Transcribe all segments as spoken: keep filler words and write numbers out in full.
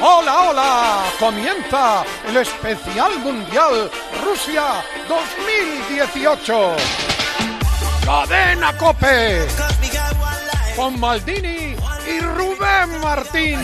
Hola, hola, comienza el especial mundial Rusia dos mil dieciocho. Cadena COPE con Maldini y Rubén Martín.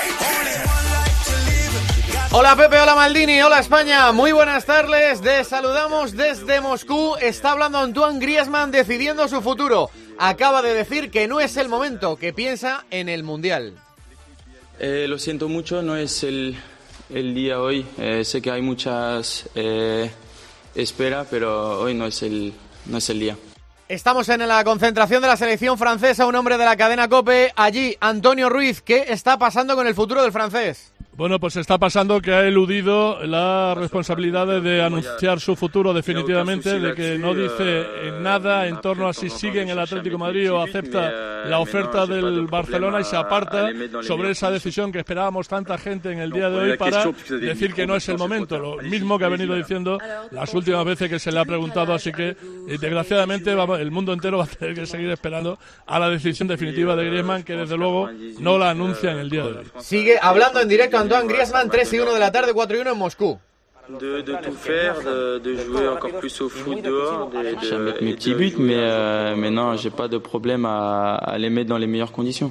Hola Pepe, hola Maldini, hola España, muy buenas tardes, les saludamos desde Moscú. Está hablando Antoine Griezmann decidiendo su futuro. Acaba de decir que no es el momento, que piensa en el Mundial. Eh, lo siento mucho, no es el, el día hoy. Eh, sé que hay muchas eh, esperas, pero hoy no es el, no es el día. Estamos en la concentración de la selección francesa, un hombre de la cadena COPE. Allí, Antonio Ruiz, ¿qué está pasando con el futuro del francés? Bueno, pues está pasando que ha eludido la responsabilidad de anunciar su futuro definitivamente, de que no dice nada en torno a si sigue en el Atlético de Madrid o acepta la oferta del Barcelona y se aparta sobre esa decisión que esperábamos tanta gente en el día de hoy para decir que no es el momento. Lo mismo que ha venido diciendo las últimas veces que se le ha preguntado, así que desgraciadamente el mundo entero va a tener que seguir esperando a la decisión definitiva de Griezmann, que desde luego no la anuncia en el día de hoy. Sigue hablando en directo Antoine Griezmann, tres y uno de la tarde, cuatro y uno en Moscú. De, de tout faire, de, de jouer encore plus au foot dehors. De, de, J'aime mettre mes petits buts, mais, euh, mais non, j'ai pas de problème à, à les mettre dans les meilleures conditions.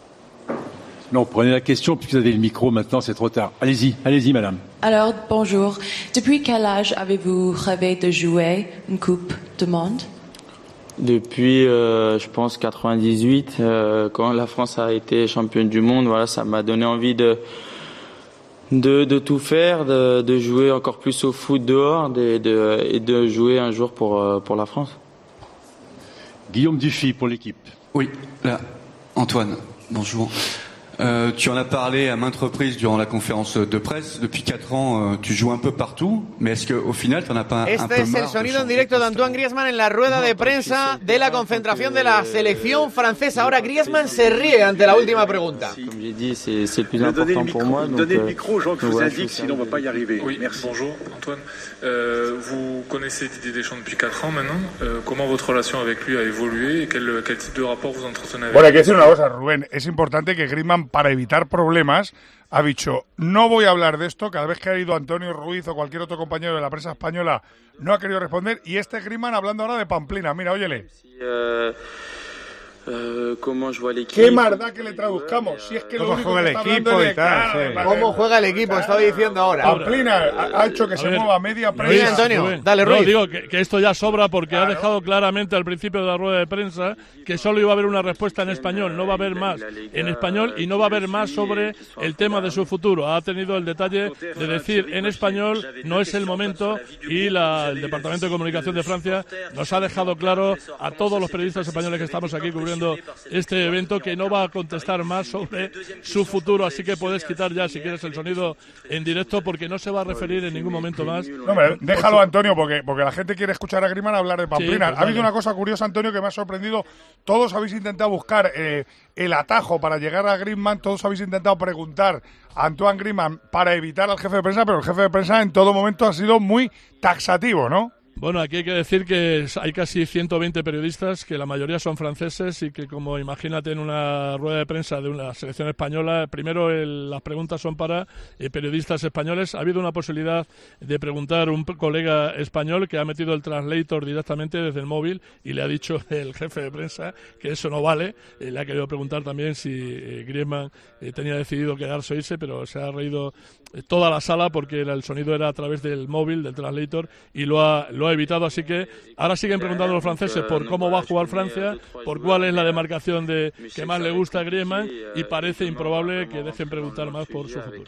Non, prenez la question, puisque vous avez le micro maintenant, c'est trop tard. Allez-y, allez-y, madame. Alors, bonjour. Depuis quel âge avez-vous rêvé de jouer une Coupe du Monde? Depuis, euh, je pense, quatre-vingt-dix-huit, euh, quand la France a été championne du monde, voilà, ça m'a donné envie de, de, de tout faire, de, de jouer encore plus au foot dehors de, de, et de jouer un jour pour, pour la France. Guillaume Dufy pour l'équipe. Oui, là, Antoine, bonjour. Euh, tu en as parlé à maintes reprises durant la conférence de presse. Depuis quatre ans, euh, tu joues un peu partout, mais est-ce qu'au final, tu n'en as pas este un peu marre? Este es el sonido en directo de Antoine Griezmann en la rueda de prensa de la concentración de la selección francesa. Ahora Griezmann se ríe ante la última pregunta. Comme j'ai dit, c'est, c'est le plus important pour moi. Donc, donnez le micro aux gens que euh, vous voilà, indiquent, sinon on ne va pas y arriver. Oui, merci. Bonjour Antoine. Euh, vous connaissez Didier Deschamps depuis quatre ans maintenant. Euh, comment votre relation avec lui a évolué et quel, quel type de rapport vous entretenez avec lui? Bueno, hay que decir una cosa, Rubén. Es importante que Griezmann, para evitar problemas, ha dicho, no voy a hablar de esto. Cada vez que ha ido Antonio Ruiz o cualquier otro compañero de la prensa española, no ha querido responder. Y este Griezmann hablando ahora de Pamplina. Mira, óyele. Euh, euh, comment je vois l'équipe. Qué más da que le traduzcamos. Si es que lo ¿Cómo único juega que el está equipo hablando y de, tal? claro, Sí. para- ¿Cómo juega el equipo? Estaba diciendo ahora. Pamplina ha, ha hecho que A se ver, mueva media Ruiz, prensa. Antonio, Rubén. dale, No, Ruiz. digo que, que esto ya sobra porque Claro. ha dejado claramente al principio de la rueda de prensa que solo iba a haber una respuesta en español, no va a haber más en español y no va a haber más sobre el tema de su futuro. Ha tenido el detalle de decir en español no es el momento y la, el Departamento de Comunicación de Francia nos ha dejado claro a todos los periodistas españoles que estamos aquí cubriendo este evento que no va a contestar más sobre su futuro, así que puedes quitar ya si quieres el sonido en directo porque no se va a referir en ningún momento más. No, hombre, déjalo, Antonio, porque, porque la gente quiere escuchar a Griezmann hablar de Pamplina. Sí, pues ha habido vale. una cosa curiosa, Antonio, que me ha sorprendido. Todos habéis intentado buscar eh, el atajo para llegar a Griezmann, todos habéis intentado preguntar a Antoine Griezmann para evitar al jefe de prensa, pero el jefe de prensa en todo momento ha sido muy taxativo, ¿no? Bueno, aquí hay que decir que hay casi ciento veinte periodistas, que la mayoría son franceses y que, como imagínate en una rueda de prensa de una selección española, primero el, las preguntas son para eh, periodistas españoles. Ha habido una posibilidad de preguntar a un colega español que ha metido el translator directamente desde el móvil y le ha dicho el jefe de prensa que eso no vale. Eh, le ha querido preguntar también si eh, Griezmann eh, tenía decidido quedarse o irse, pero se ha reído eh, toda la sala porque el, el sonido era a través del móvil, del translator, y lo ha, lo ha evitado, así que ahora siguen preguntando los franceses por cómo va a jugar Francia, por cuál es la demarcación de que más le gusta a Griezmann, y parece improbable que dejen preguntar más por su futuro.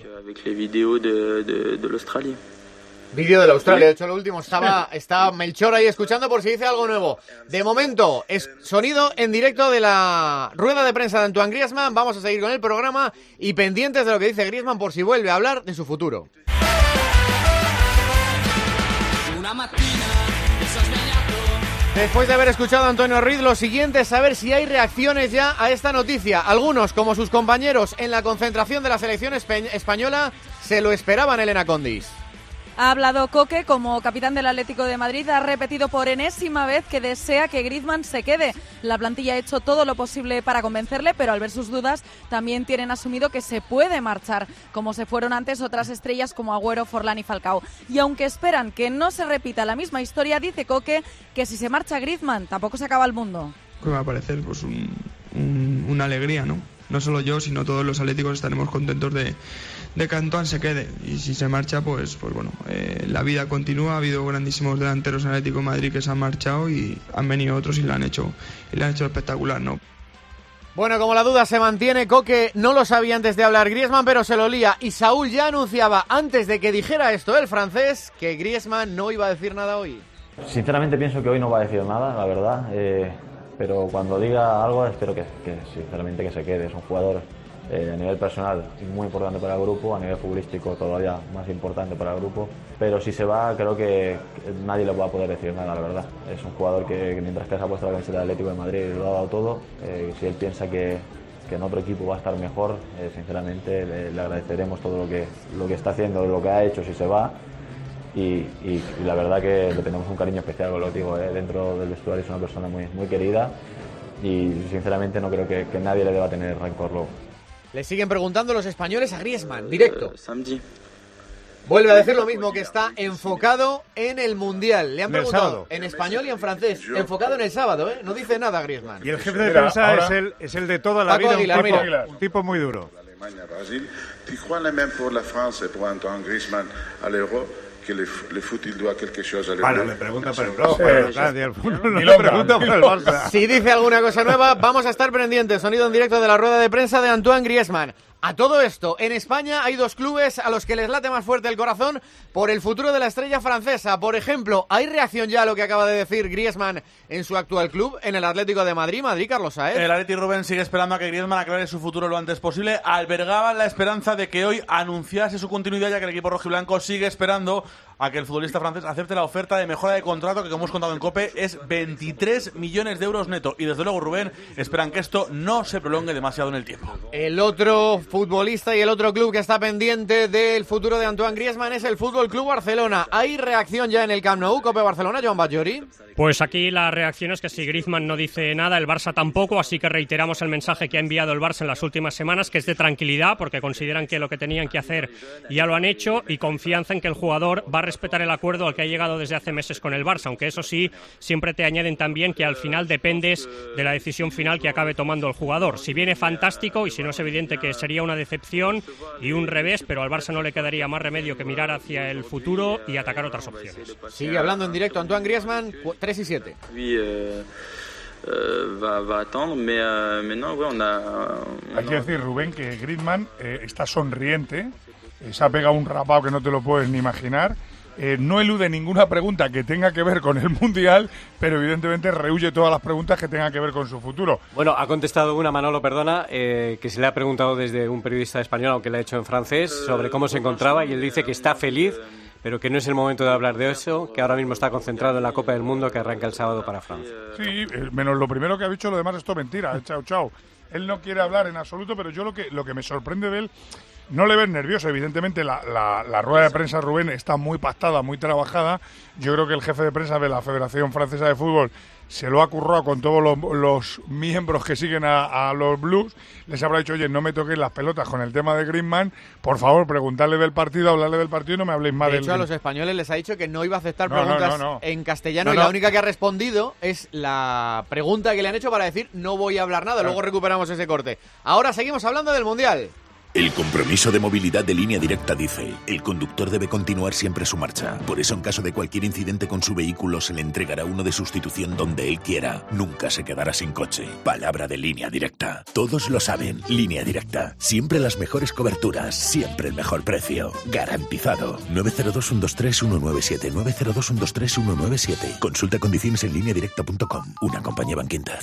Vídeo de la Australia, de hecho lo último, estaba, estaba Melchor ahí escuchando por si dice algo nuevo. De momento, es sonido en directo de la rueda de prensa de Antoine Griezmann. Vamos a seguir con el programa y pendientes de lo que dice Griezmann por si vuelve a hablar de su futuro. Después de haber escuchado a Antonio Ruiz, lo siguiente es saber si hay reacciones ya a esta noticia. Algunos, como sus compañeros en la concentración de la selección espe- española, se lo esperaban, Elena Condis. Ha hablado Coque como capitán del Atlético de Madrid, ha repetido por enésima vez que desea que Griezmann se quede. La plantilla ha hecho todo lo posible para convencerle, pero al ver sus dudas también tienen asumido que se puede marchar, como se fueron antes otras estrellas como Agüero, Forlán y Falcao. Y aunque esperan que no se repita la misma historia, dice Coque que si se marcha Griezmann tampoco se acaba el mundo. Que va a parecer pues un, un, una alegría, ¿no? No solo yo, sino todos los atléticos estaremos contentos de, de que Antoine se quede. Y si se marcha, pues, pues bueno, eh, la vida continúa. Ha habido grandísimos delanteros en Atlético de Madrid que se han marchado y han venido otros y lo han hecho, y lo han hecho espectacular, ¿no? Bueno, como la duda se mantiene, Coque no lo sabía antes de hablar Griezmann, pero se lo lía. Y Saúl ya anunciaba, antes de que dijera esto el francés, que Griezmann no iba a decir nada hoy. Sinceramente pienso que hoy no va a decir nada, la verdad. Eh... Pero cuando diga algo espero que, que sinceramente que se quede. Es un jugador eh, a nivel personal muy importante para el grupo, a nivel futbolístico todavía más importante para el grupo. Pero si se va creo que nadie le va a poder decir nada, la verdad. Es un jugador que, que mientras que se ha puesto la camiseta del Atlético de Madrid lo ha dado todo. Eh, si él piensa que, que en otro equipo va a estar mejor, eh, sinceramente le, le agradeceremos todo lo que, lo que está haciendo, lo que ha hecho si se va. Y, y, y la verdad que le tenemos un cariño especial, como lo digo, ¿eh? Dentro del vestuario es una persona muy, muy querida y sinceramente no creo que, que nadie le deba tener rencor luego. Le siguen preguntando los españoles a Griezmann, directo. Vuelve a decir lo mismo, que está enfocado en el Mundial. Le han preguntado en español y en francés, enfocado en el sábado, ¿eh? No dice nada Griezmann. Y el jefe de prensa es, el, es el de toda la Paco vida, Aguilar, un, tipo, mira. un tipo muy duro. Brasil. Tu crois la même pour la France et pour Antoine Griezmann à l'Euro? Que le, le foot il doit quelque chose a Bueno, me pregunta por el Euro, pero claro, el fútbol no le pregunta por el Barça. Si dice alguna cosa nueva, vamos a estar pendientes. Sonido en directo de la rueda de prensa de Antoine Griezmann. A todo esto, en España hay dos clubes a los que les late más fuerte el corazón por el futuro de la estrella francesa. Por ejemplo, ¿hay reacción ya a lo que acaba de decir Griezmann en su actual club, en el Atlético de Madrid? Madrid, Carlos Saez. El Atleti Rubén sigue esperando a que Griezmann aclare su futuro lo antes posible. Albergaban la esperanza de que hoy anunciase su continuidad, ya que el equipo rojiblanco sigue esperando a que el futbolista francés acepte la oferta de mejora de contrato, que como hemos contado en COPE es veintitrés millones de euros neto. Y desde luego, Rubén, esperan que esto no se prolongue demasiado en el tiempo. El otro futbolista y el otro club que está pendiente del futuro de Antoine Griezmann es el Fútbol Club Barcelona. ¿Hay reacción ya en el Camp Nou? COPE Barcelona, Joan Batllori. Pues aquí la reacción es que si Griezmann no dice nada, el Barça tampoco, así que reiteramos el mensaje que ha enviado el Barça en las últimas semanas, que es de tranquilidad, porque consideran que lo que tenían que hacer ya lo han hecho, y confianza en que el jugador va a respetar el acuerdo al que ha llegado desde hace meses con el Barça, aunque eso sí, siempre te añaden también que al final dependes de la decisión final que acabe tomando el jugador. Si viene fantástico, y si no es evidente que sería una decepción y un revés, pero al Barça no le quedaría más remedio que mirar hacia el futuro y atacar otras opciones. Sigue hablando en directo Antoine Griezmann, tres y siete. Euh, va, va attendre, mais, euh, mais non, ouais, on a, on Hay que decir, Rubén, que Griezmann eh, está sonriente, eh, se ha pegado un rapado que no te lo puedes ni imaginar, eh, no elude ninguna pregunta que tenga que ver con el Mundial, pero evidentemente rehuye todas las preguntas que tengan que ver con su futuro. Bueno, ha contestado una, Manolo, perdona, eh, que se le ha preguntado desde un periodista español, aunque le ha hecho en francés, sobre cómo se encontraba, y él dice que está feliz, pero que no es el momento de hablar de eso, que ahora mismo está concentrado en la Copa del Mundo que arranca el sábado para Francia. Sí, menos lo primero que ha dicho, lo demás es todo mentira. Chao, chao. Él no quiere hablar en absoluto, pero yo lo que, lo que me sorprende de él, no le ves nervioso. Evidentemente la, la, la rueda de prensa, Rubén, está muy pactada, muy trabajada. Yo creo que el jefe de prensa de la Federación Francesa de Fútbol se lo ha currado con todos los, los miembros que siguen a, a los Blues. Les habrá dicho, oye, no me toquéis las pelotas con el tema de Griezmann. Por favor, preguntarle del partido, hablarle del partido y no me habléis más de del... De hecho, a los españoles les ha dicho que no iba a aceptar no, preguntas no, no, no. en castellano, no, y no. la única que ha respondido es la pregunta que le han hecho para decir no voy a hablar nada. Luego recuperamos ese corte. Ahora seguimos hablando del Mundial. El compromiso de movilidad de Línea Directa dice: el conductor debe continuar siempre su marcha. Por eso, en caso de cualquier incidente con su vehículo, se le entregará uno de sustitución donde él quiera. Nunca se quedará sin coche. Palabra de Línea Directa. Todos lo saben. Línea Directa. Siempre las mejores coberturas. Siempre el mejor precio. Garantizado. nueve cero dos, uno dos tres, uno nueve siete. nueve cero dos, uno dos tres, uno nueve siete. Consulta condiciones en línea directa punto com. Una compañía Bankinter.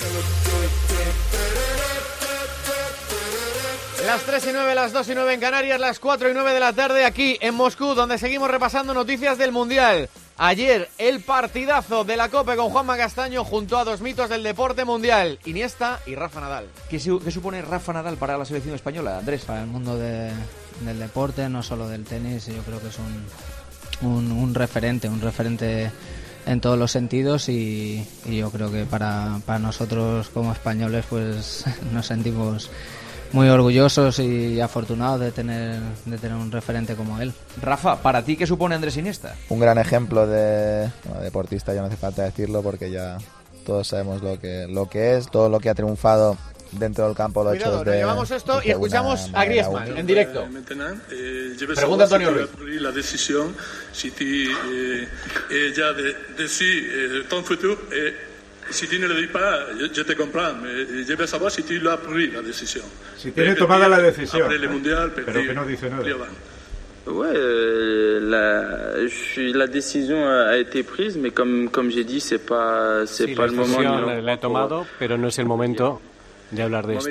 Las tres y nueve, las dos y nueve en Canarias, las cuatro y nueve de la tarde aquí en Moscú, donde seguimos repasando noticias del Mundial. Ayer, el partidazo de la COPE con Juanma Castaño junto a dos mitos del deporte mundial, Iniesta y Rafa Nadal. ¿Qué, ¿Qué supone Rafa Nadal para la selección española, Andrés? Para el mundo de, del deporte, no solo del tenis, yo creo que es un, un, un referente, un referente en todos los sentidos y, y yo creo que para, para nosotros como españoles pues nos sentimos muy orgullosos y afortunados de tener de tener un referente como él. Rafa, ¿para ti qué supone Andrés Iniesta? Un gran ejemplo de bueno, deportista, ya no hace falta decirlo porque ya todos sabemos lo que lo que es, todo lo que ha triunfado dentro del campo lo ha Cuidado, hecho desde... llevamos esto y escuchamos a Griezmann útil. en directo. Pregunta Antonio Ruiz. La decisión, si tú eh, eh, ya de, decís eh, ton futuro, eh, si tú no le dis pas, yo, yo te comprends, mais je veux savoir si tú lo has pris la decisión. Si tiene tomada la decisión, après le mondial, pero que no dice nada. Ouais, euh, la, je suis, la décision a été prise, mais comme comme j'ai dit, c'est pas c'est sí, pas la el moment. decisión la he tomado, pero no es el momento de hablar de esto.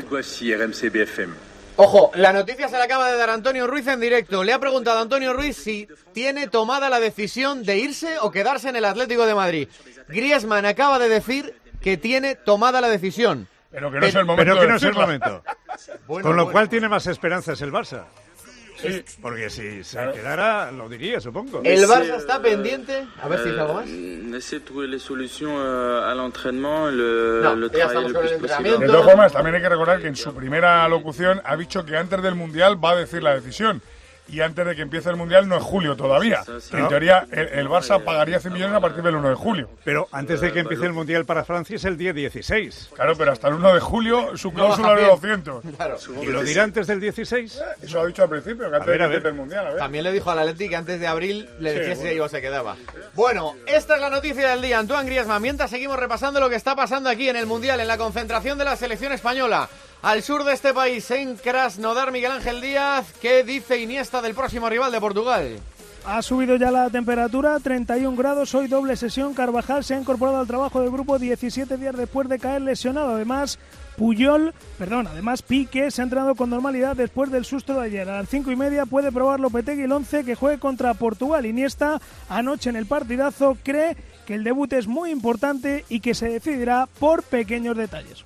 Ojo, la noticia se la acaba de dar Antonio Ruiz en directo. Le ha preguntado a Antonio Ruiz si tiene tomada la decisión de irse o quedarse en el Atlético de Madrid. Griezmann acaba de decir que tiene tomada la decisión. Pero que no es el momento. Pero que no de es el decirla. momento. Bueno, Con lo bueno. cual tiene más esperanzas el Barça. Sí. Porque si se quedara, lo diría, supongo. El Barça está pendiente. A ver si dice algo más. Essayer de trouver les solutions euh, à l'entraînement, le, No, le ya travailler estamos le con plus el possible. entrenamiento. De todas formas, también hay que recordar que en su primera locución ha dicho que antes del Mundial va a decir la decisión. Y antes de que empiece el Mundial no es julio todavía. En teoría, el, el Barça pagaría cien millones a partir del uno de julio. Pero antes de que empiece el Mundial para Francia es el día dieciséis. Claro, pero hasta el uno de julio su cláusula de doscientos. Claro. ¿Y lo dirá antes del dieciséis? Eso lo ha dicho al principio, que antes ver, de a que ver. empiece el Mundial. A ver. También le dijo al Atleti que antes de abril le Sí, decía si bueno. se iba o se quedaba. Bueno, esta es la noticia del día. Antoine Griezmann, mientras seguimos repasando lo que está pasando aquí en el Mundial, en la concentración de la selección española. Al sur de este país, en Krasnodar, Miguel Ángel Díaz, ¿qué dice Iniesta del próximo rival de Portugal? Ha subido ya la temperatura, treinta y un grados, hoy doble sesión. Carvajal se ha incorporado al trabajo del grupo diecisiete días después de caer lesionado. Además, Puyol, perdón, además Piqué se ha entrenado con normalidad después del susto de ayer. A las cinco y media puede probar Lopetegui el once que juegue contra Portugal. Iniesta, anoche en el partidazo, cree que el debut es muy importante y que se decidirá por pequeños detalles.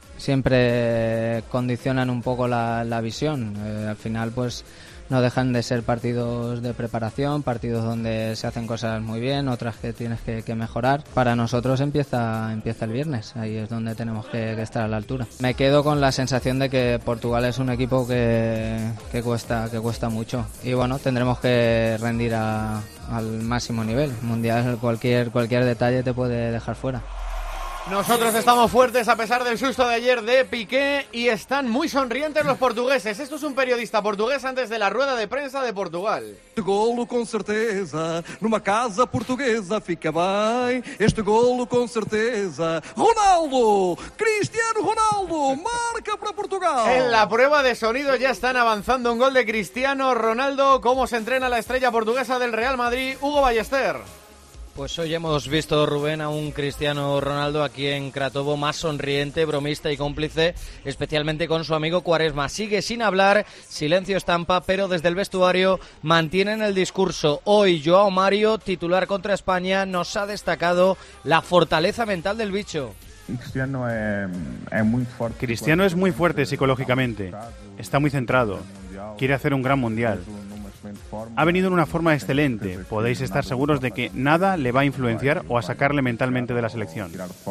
Siempre condicionan un poco la, la visión. Eh, al final, pues no dejan de ser partidos de preparación, partidos donde se hacen cosas muy bien, otras que tienes que, que mejorar. Para nosotros empieza empieza el viernes, ahí es donde tenemos que, que estar a la altura. Me quedo con la sensación de que Portugal es un equipo que, que cuesta que cuesta mucho y bueno, tendremos que rendir a, al máximo nivel. Mundial, cualquier cualquier detalle te puede dejar fuera. Nosotros estamos fuertes a pesar del susto de ayer de Piqué y están muy sonrientes los portugueses. Esto es un periodista portugués antes de la rueda de prensa de Portugal. Este golo com certeza, numa casa portuguesa fica bem. Este golo com certeza. Ronaldo, Cristiano Ronaldo, marca para Portugal. En la prueba de sonido ya están avanzando un gol de Cristiano Ronaldo. ¿Cómo se entrena la estrella portuguesa del Real Madrid, Hugo Ballester? Pues hoy hemos visto, Rubén, a un Cristiano Ronaldo aquí en Kratovo más sonriente, bromista y cómplice, especialmente con su amigo Quaresma. Sigue sin hablar, silencio estampa, pero desde el vestuario mantienen el discurso. Hoy Joao Mario, titular contra España, nos ha destacado la fortaleza mental del bicho. Cristiano es, es muy fuerte. Cristiano es muy fuerte psicológicamente, está muy centrado, quiere hacer un gran mundial. Ha venido en una forma excelente, podéis estar seguros de que nada le va a influenciar o a sacarle mentalmente de la selección.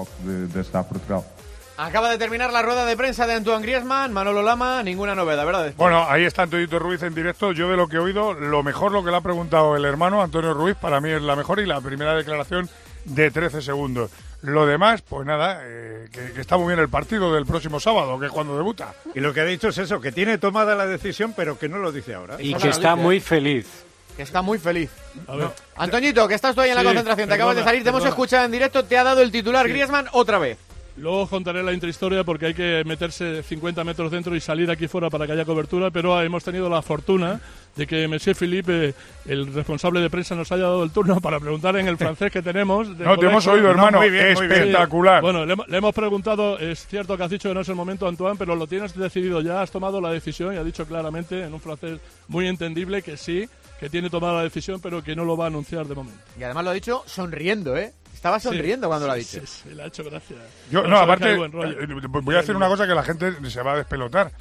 Acaba de terminar la rueda de prensa de Antoine Griezmann, Manolo Lama, ninguna novedad, ¿verdad? Después. Bueno, ahí está Antonio Ruiz en directo. Yo de lo que he oído, lo mejor lo que le ha preguntado el hermano Antonio Ruiz, para mí es la mejor y la primera declaración de trece segundos. Lo demás, pues nada, eh, que, que está muy bien el partido del próximo sábado, que es cuando debuta. Y lo que ha dicho es eso, que tiene tomada la decisión, pero que no lo dice ahora. Y que está muy feliz. Que está muy feliz. A ver. No. Antoñito, que estás tú ahí en la Sí, concentración, te perdona, acabas de salir, te hemos perdona. escuchado en directo, te ha dado el titular Sí. Griezmann otra vez. Luego os contaré la intrahistoria porque hay que meterse cincuenta metros dentro y salir aquí fuera para que haya cobertura, pero hemos tenido la fortuna de que Monsieur Philippe, el responsable de prensa, nos haya dado el turno para preguntar en el francés que tenemos. No, te hemos oído, hermano, muy bien, muy bien. espectacular. Bueno, le, hemos- le hemos preguntado, es cierto que has dicho que no es el momento, Antoine, pero lo tienes decidido ya, has tomado la decisión y ha dicho claramente, en un francés muy entendible, que sí, que tiene tomada la decisión, pero que no lo va a anunciar de momento. Y además lo ha dicho sonriendo, ¿eh? Estaba sonriendo Sí, cuando lo ha sí, dicho. sí, le ha hecho gracia. Yo, Para no, saber que aparte, hay buen rollo. eh, voy a decir una cosa que la gente se va a despelotar.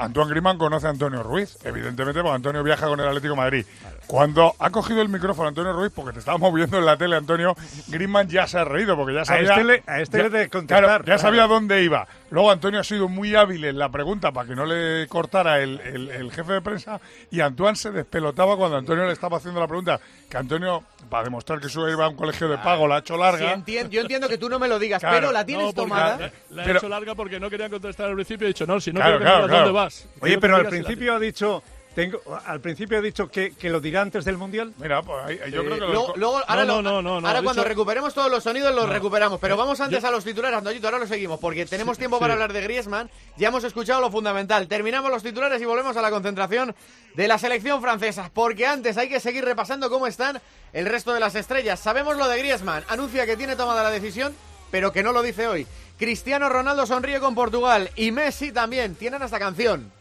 Antoine Griezmann conoce a Antonio Ruiz, evidentemente, porque Antonio viaja con el Atlético de Madrid. Cuando ha cogido el micrófono Antonio Ruiz, porque te estábamos viendo en la tele, Antonio, Griezmann ya se ha reído, porque ya sabía... A este le, a este ya, le de contestar. Claro, ya claro. sabía dónde iba. Luego Antonio ha sido muy hábil en la pregunta para que no le cortara el, el, el jefe de prensa, y Antoine se despelotaba cuando Antonio le estaba haciendo la pregunta, que Antonio, para demostrar que su iba a un colegio de pago, la ha hecho larga. Sí, entiendo, yo entiendo que tú no me lo digas, Claro, pero la tienes No, porque tomada. La, la he Pero- hecho larga porque no querían contestar al principio. He dicho, no, si no Claro, quiero que claro, me digas claro. dónde vas. Oye, Quiero que pero me al digas si la- principio ha dicho... Tengo, al principio ha dicho que, que lo dirá antes del Mundial. Mira, pues ahí, yo Eh, creo que... luego, los- luego, ahora, No, lo- no, no, no, ahora no, cuando dicho- recuperemos todos los sonidos los No. recuperamos. Pero vamos antes Yo- a los titulares, Antoñito, ahora lo seguimos, porque tenemos tiempo sí. para hablar de Griezmann. Ya hemos escuchado lo fundamental. Terminamos los titulares y volvemos a la concentración de la selección francesa, porque antes hay que seguir repasando cómo están el resto de las estrellas. Sabemos lo de Griezmann, anuncia que tiene tomada la decisión, pero que no lo dice hoy. Cristiano Ronaldo sonríe con Portugal y Messi también. Tienen hasta canción.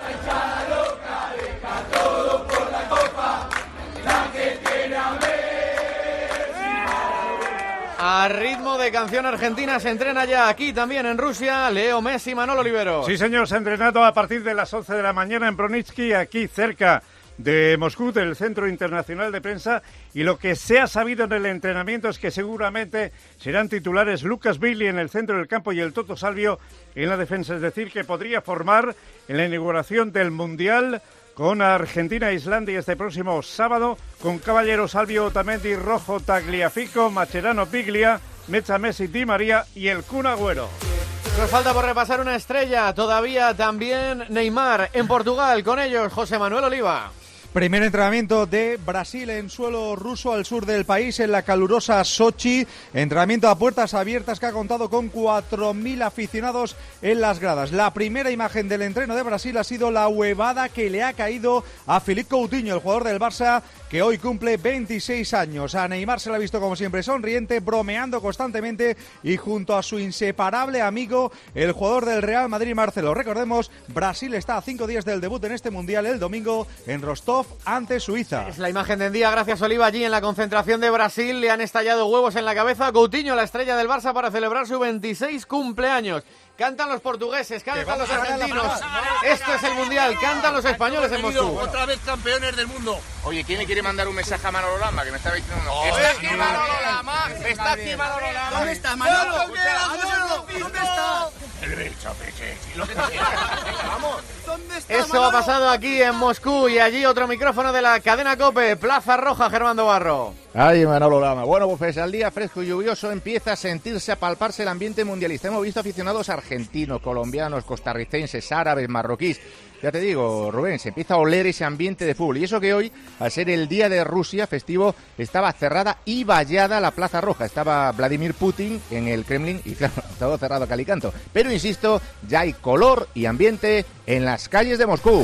A ritmo de canción argentina se entrena ya aquí también en Rusia. Leo Messi, Manolo Olivero. Sí, señor, se ha entrenado a partir de las once de la mañana en Bronitsky, aquí cerca de Moscú, del Centro Internacional de Prensa, y lo que se ha sabido en el entrenamiento es que seguramente serán titulares Lucas Bailey en el centro del campo y el Toto Salvio en la defensa, es decir, que podría formar en la inauguración del Mundial con Argentina e Islandia este próximo sábado, con Caballero, Salvio, Otamendi, Rojo, Tagliafico, Mascherano, Biglia, Mecha, Messi, Di María y el Kun Agüero. Nos falta por repasar una estrella, todavía también Neymar en Portugal. Con ellos, José Manuel Oliva. Primer entrenamiento de Brasil en suelo ruso al sur del país, en la calurosa Sochi. Entrenamiento a puertas abiertas que ha contado con cuatro mil aficionados en las gradas. La primera imagen del entreno de Brasil ha sido la huevada que le ha caído a Philippe Coutinho, el jugador del Barça, que hoy cumple veintiséis años. A Neymar se le ha visto como siempre sonriente, bromeando constantemente y junto a su inseparable amigo, el jugador del Real Madrid, Marcelo. Recordemos, Brasil está a cinco días del debut en este Mundial el domingo en Rostov ante Suiza. Es la imagen del día, gracias Oliva. Allí en la concentración de Brasil le han estallado huevos en la cabeza. Coutinho, la estrella del Barça, para celebrar su veintiséis cumpleaños. Cantan los portugueses, cantan los argentinos. Esto es el Mundial, cantan los españoles en Moscú. Otra vez campeones del mundo. Oye, ¿quién le quiere mandar un mensaje a Manolo Lama? Que me estaba diciendo uno. ¡Está aquí Manolo Lama! ¡Está aquí Manolo Lama! ¿Dónde está Manolo? ¿Dónde está? El derecho, peche. Lo que Vamos. ¿Dónde está Eso ha pasado aquí en Moscú y allí otro micrófono de la cadena COPE. Plaza Roja, Germán Barro. Ay, Manolo Lama. Bueno, pues al día fresco y lluvioso empieza a sentirse, a palparse el ambiente mundialista. Hemos visto aficionados argentinos, colombianos, costarricenses, árabes, marroquíes. Ya te digo, Rubén, se empieza a oler ese ambiente de fútbol. Y eso que hoy, al ser el Día de Rusia festivo, estaba cerrada y vallada la Plaza Roja. Estaba Vladimir Putin en el Kremlin y claro, todo cerrado a cal y canto. Pero insisto, ya hay color y ambiente en las calles de Moscú.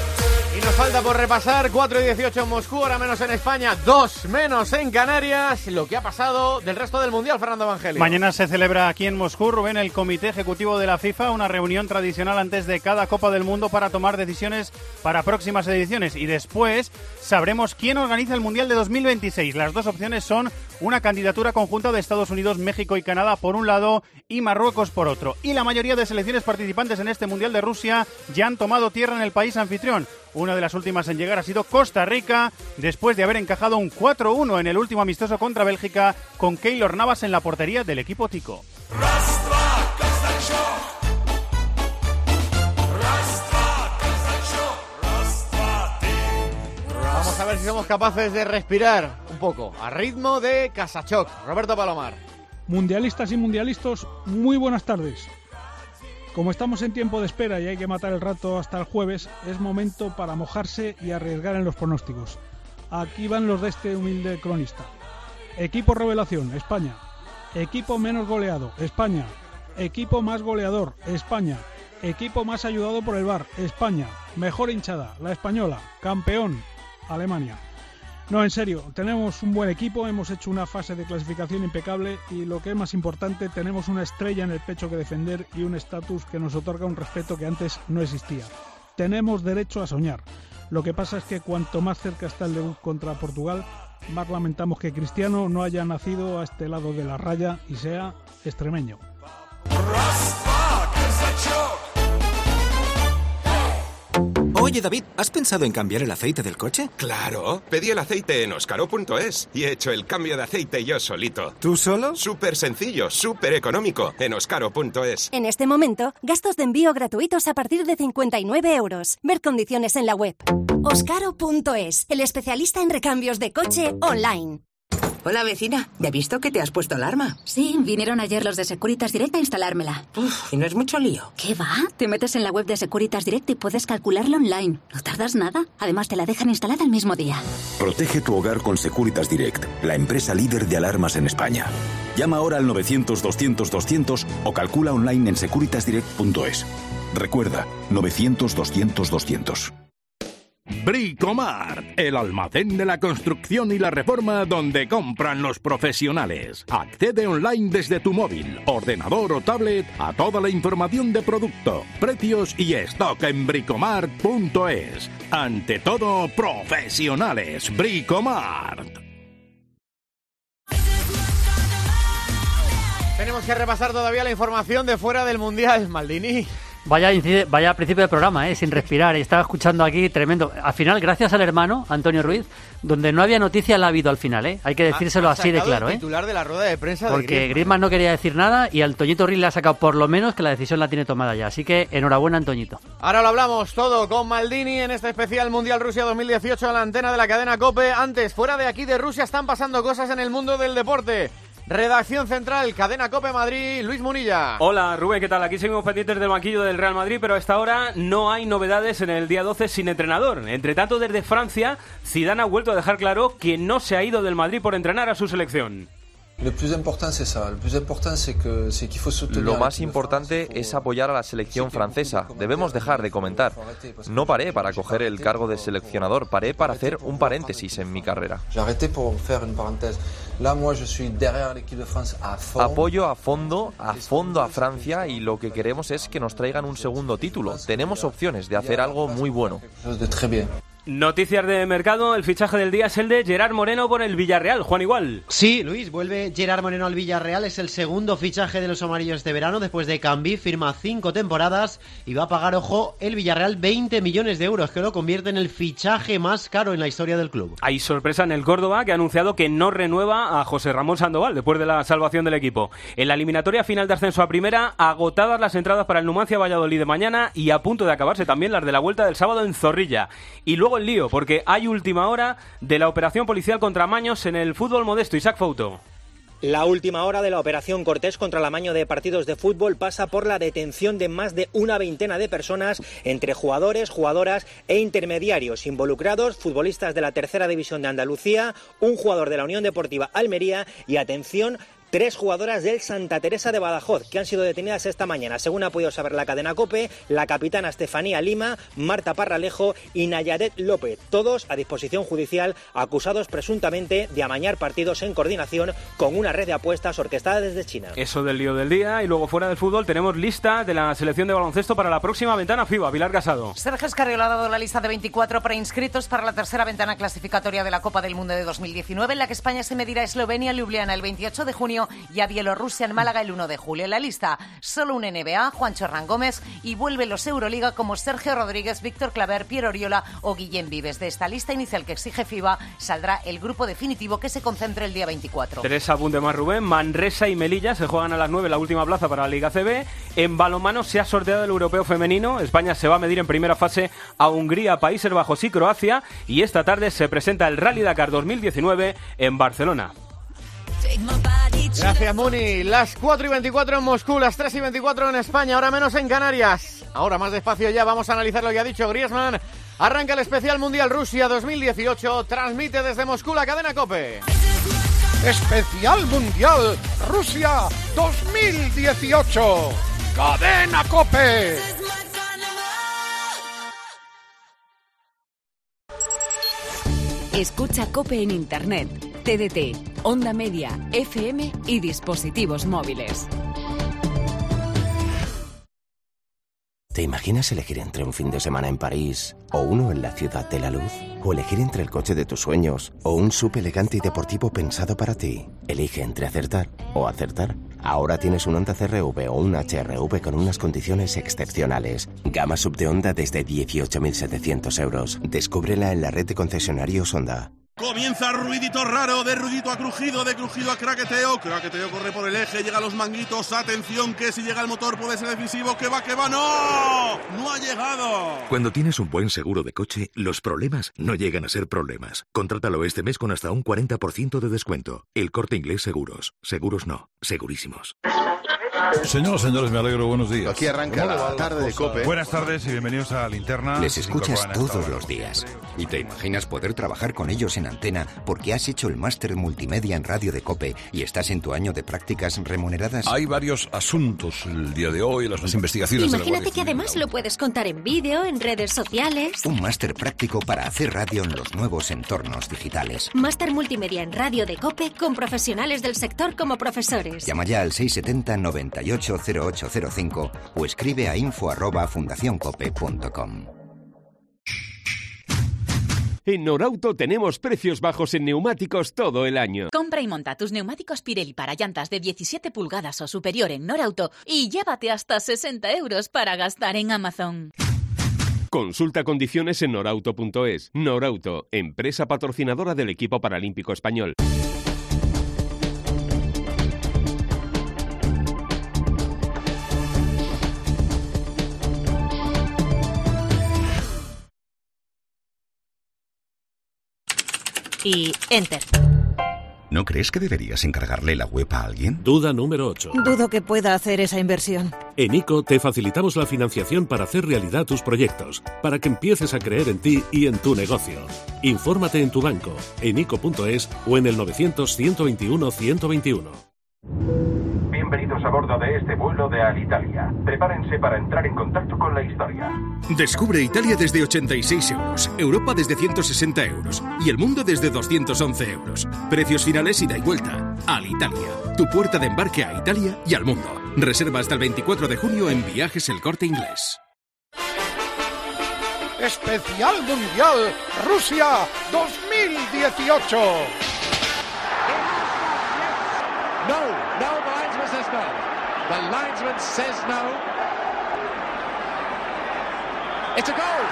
Y nos falta por repasar cuatro y dieciocho en Moscú, hora menos en España, dos menos en Canarias. Lo que ha pasado del resto del Mundial, Fernando Evangelio. Mañana se celebra aquí en Moscú, Rubén, el Comité Ejecutivo de la FIFA, una reunión tradicional antes de cada Copa del Mundo para tomar decisiones para próximas ediciones. Y después sabremos quién organiza el Mundial de dos mil veintiséis. Las dos opciones son una candidatura conjunta de Estados Unidos, México y Canadá por un lado y Marruecos por otro. Y la mayoría de selecciones participantes en este Mundial de Rusia ya han tomado tierra en el país anfitrión. Una de las últimas en llegar ha sido Costa Rica, después de haber encajado un cuatro uno en el último amistoso contra Bélgica, con Keylor Navas en la portería del equipo tico. Vamos a ver si somos capaces de respirar un poco a ritmo de Casachoc. Roberto Palomar. Mundialistas y mundialistas, muy buenas tardes. Como estamos en tiempo de espera y hay que matar el rato hasta el jueves, es momento para mojarse y arriesgar en los pronósticos. Aquí van los de este humilde cronista. Equipo revelación, España. Equipo menos goleado, España. Equipo más goleador, España. Equipo más ayudado por el V A R, España. Mejor hinchada, la española. Campeón, Alemania. No, en serio, tenemos un buen equipo, hemos hecho una fase de clasificación impecable y lo que es más importante, tenemos una estrella en el pecho que defender y un estatus que nos otorga un respeto que antes no existía. Tenemos derecho a soñar. Lo que pasa es que cuanto más cerca está el debut contra Portugal, más lamentamos que Cristiano no haya nacido a este lado de la raya y sea extremeño. Oye, David, ¿has pensado en cambiar el aceite del coche? Claro, pedí el aceite en oscaro punto es y he hecho el cambio de aceite yo solito. ¿Tú solo? Súper sencillo, súper económico, en oscaro punto es. En este momento, gastos de envío gratuitos a partir de cincuenta y nueve euros. Ver condiciones en la web. oscaro punto es, el especialista en recambios de coche online. Hola, vecina. ¿Ya he visto que te has puesto alarma? Sí, vinieron ayer los de Securitas Direct a instalármela. Uf, ¿y no es mucho lío? ¿Qué va? Te metes en la web de Securitas Direct y puedes calcularlo online. No tardas nada. Además, te la dejan instalada el mismo día. Protege tu hogar con Securitas Direct, la empresa líder de alarmas en España. Llama ahora al novecientos, doscientos, doscientos o calcula online en securitas direct punto es. Recuerda, novecientos, doscientos, doscientos. Bricomart, el almacén de la construcción y la reforma donde compran los profesionales. Accede online desde tu móvil, ordenador o tablet a toda la información de producto, precios y stock en bricomart punto es. Ante todo, profesionales. Bricomart. Tenemos que repasar todavía la información de fuera del Mundial, Maldini. Vaya, incide, vaya principio de programa, ¿eh? Sin respirar. Estaba escuchando aquí, tremendo. Al final, gracias al hermano, Antonio Ruiz, donde no había noticia la ha habido al final, ¿eh? Hay que decírselo ha, ha así de claro, el ¿eh? titular de la rueda de prensa Porque de Griezmann. Griezmann no quería decir nada y al Toñito Ruiz le ha sacado por lo menos que la decisión la tiene tomada ya. Así que enhorabuena, Antoñito. Ahora lo hablamos todo con Maldini en este especial Mundial Rusia dos mil dieciocho a la antena de la cadena COPE. Antes, fuera de aquí de Rusia, están pasando cosas en el mundo del deporte. Redacción central, Cadena COPE Madrid, Luis Munilla. Hola Rubén, ¿qué tal? Aquí seguimos pendientes del banquillo del Real Madrid, pero a esta hora no hay novedades en el día doce sin entrenador. Entre tanto, desde Francia, Zidane ha vuelto a dejar claro que no se ha ido del Madrid por entrenar a su selección. Lo más importante es apoyar a la selección francesa. Debemos dejar de comentar. No paré para coger el cargo de seleccionador, paré para hacer un paréntesis en mi carrera. Apoyo a fondo, a fondo a Francia y lo que queremos es que nos traigan un segundo título. Tenemos opciones de hacer algo muy bueno. Noticias de mercado, el fichaje del día es el de Gerard Moreno por el Villarreal. Juan Igual. Sí, Luis, vuelve Gerard Moreno al Villarreal, es el segundo fichaje de los amarillos este verano, después de Cambi, firma cinco temporadas y va a pagar, ojo, el Villarreal veinte millones de euros, que lo convierte en el fichaje más caro en la historia del club. Hay sorpresa en el Córdoba, que ha anunciado que no renueva a José Ramón Sandoval después de la salvación del equipo. En la eliminatoria final de ascenso a primera, agotadas las entradas para el Numancia Valladolid de mañana y a punto de acabarse también las de la vuelta del sábado en Zorrilla. Y luego el lío, porque hay última hora de la operación policial contra Maños en el fútbol modesto. Isaac Fouto. La última hora de la operación Cortés contra el amaño de partidos de fútbol pasa por la detención de más de una veintena de personas, entre jugadores, jugadoras e intermediarios involucrados, futbolistas de la tercera división de Andalucía, un jugador de la Unión Deportiva Almería y, atención, tres jugadoras del Santa Teresa de Badajoz que han sido detenidas esta mañana. Según ha podido saber la cadena COPE, la capitana Estefanía Lima, Marta Parralejo y Nayaret López, todos a disposición judicial, acusados presuntamente de amañar partidos en coordinación con una red de apuestas orquestada desde China. Eso del lío del día. Y luego, fuera del fútbol, tenemos lista de la selección de baloncesto para la próxima ventana FIBA. Pilar Casado. Sergio Escarriola ha dado la lista de veinticuatro preinscritos para la tercera ventana clasificatoria de la Copa del Mundo de dos mil diecinueve, en la que España se medirá a Eslovenia, Ljubljana el veintiocho de junio y a Bielorrusia en Málaga el uno de julio. En la lista solo un N B A, Juancho Hernán Gómez, y vuelven los Euroliga como Sergio Rodríguez, Víctor Claver, Piero Oriola o Guillem Vives. De esta lista inicial que exige FIBA saldrá el grupo definitivo que se concentra el día veinticuatro. Tres apuntes más, Rubén. Manresa y Melilla se juegan a las nueve la última plaza para la Liga C B. En balonmano se ha sorteado el europeo femenino. España se va a medir en primera fase a Hungría, Países Bajos y Croacia. Y esta tarde se presenta el Rally Dakar dos mil diecinueve en Barcelona. Gracias, Muni. Las cuatro y veinticuatro en Moscú, las tres y veinticuatro en España, ahora menos en Canarias. Ahora más despacio ya, vamos a analizar lo que ha dicho Griezmann. Arranca el especial Mundial Rusia dos mil dieciocho, transmite desde Moscú la cadena COPE. Especial Mundial Rusia dos mil dieciocho, cadena COPE. Escucha COPE en Internet, T D T, Onda Media, F M y dispositivos móviles. ¿Te imaginas elegir entre un fin de semana en París o uno en la Ciudad de la Luz? ¿O elegir entre el coche de tus sueños o un S U V elegante y deportivo pensado para ti? Elige entre acertar o acertar. Ahora tienes un Honda C R V o un H R V con unas condiciones excepcionales. Gama sub de Honda desde dieciocho mil setecientos euros. Descúbrela en la red de concesionarios Honda. Comienza ruidito raro, de ruidito a crujido, de crujido a craqueteo. Craqueteo corre por el eje, llega a los manguitos. Atención, que si llega el motor puede ser decisivo. Que va, que va, ¡no! ¡No ha llegado! Cuando tienes un buen seguro de coche, los problemas no llegan a ser problemas. Contrátalo este mes con hasta un cuarenta por ciento de descuento. El Corte Inglés Seguros. Seguros no, segurísimos. Señoras, señores, me alegro, buenos días. Aquí arranca la tarde de COPE. Buenas tardes y bienvenidos a Linterna. Les escuchas todos los días y te imaginas poder trabajar con ellos en antena porque has hecho el máster multimedia en radio de COPE y estás en tu año de prácticas remuneradas. Hay varios asuntos el día de hoy, las, las investigaciones. Imagínate de que además lo puedes contar en vídeo, en redes sociales. Un máster práctico para hacer radio en los nuevos entornos digitales. Máster multimedia en radio de COPE con profesionales del sector como profesores. Llama ya al seiscientos setenta, noventa y ocho, cero ocho cero cinco o escribe a info arroba fundación cope punto com. En Norauto tenemos precios bajos en neumáticos todo el año. Compra y monta tus neumáticos Pirelli para llantas de diecisiete pulgadas o superior en Norauto y llévate hasta sesenta euros para gastar en Amazon. Consulta condiciones en norauto punto es. Norauto, empresa patrocinadora del equipo paralímpico español. Y Enter. ¿No crees que deberías encargarle la web a alguien? Duda número ocho. Dudo que pueda hacer esa inversión. En ICO te facilitamos la financiación para hacer realidad tus proyectos, para que empieces a creer en ti y en tu negocio. Infórmate en tu banco, en ico punto es o en el novecientos, ciento veintiuno, ciento veintiuno. Bienvenidos a bordo de este vuelo de Alitalia. Prepárense para entrar en contacto con la historia. Descubre Italia desde ochenta y seis euros, Europa desde ciento sesenta euros y el mundo desde doscientos once euros. Precios finales ida y vuelta. Alitalia, tu puerta de embarque a Italia y al mundo. Reserva hasta el veinticuatro de junio en Viajes El Corte Inglés. Especial Mundial Rusia dos mil dieciocho. No, no, the linesman says no. The linesman says no. It's a goal.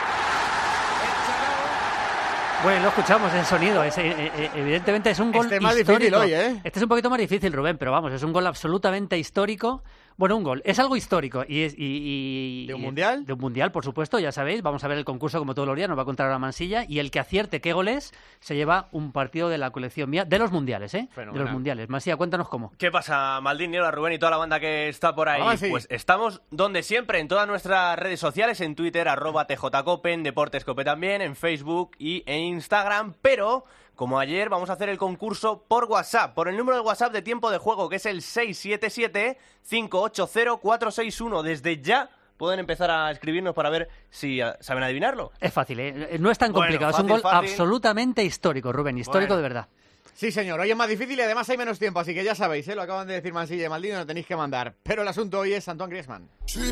Bueno, lo escuchamos en sonido. Es, eh, eh, evidentemente es un gol este es más histórico. difícil hoy, ¿eh? Este es un poquito más difícil, Rubén, pero vamos, es un gol absolutamente histórico. Bueno, un gol. Es algo histórico. Y es, y, y, ¿De un mundial? De un mundial, por supuesto, ya sabéis. Vamos a ver el concurso como todos los días, nos va a contar ahora Mansilla. Y el que acierte qué gol es, se lleva un partido de la colección mía, de los mundiales, ¿eh? Fenomenal. De los mundiales. Mansilla, cuéntanos cómo. ¿Qué pasa, Maldini, hola Rubén y toda la banda que está por ahí? Ah, sí. Pues estamos donde siempre, en todas nuestras redes sociales, en Twitter, arroba tjcope, en Deportes Cope también, en Facebook y en Instagram, pero... Como ayer, vamos a hacer el concurso por WhatsApp, por el número de WhatsApp de Tiempo de Juego, que es el seis siete siete, cinco ocho cero, cuatro seis uno. Desde ya pueden empezar a escribirnos para ver si uh, saben adivinarlo. Es fácil, ¿eh? No es tan Bueno, complicado. fácil, es un gol fácil. absolutamente histórico, Rubén. Histórico Bueno. de verdad. Sí, señor. Hoy es más difícil y además hay menos tiempo, así que ya sabéis, ¿eh? Lo acaban de decir Mansilla y Maldini, no tenéis que mandar. Pero el asunto hoy es Antoine Griezmann.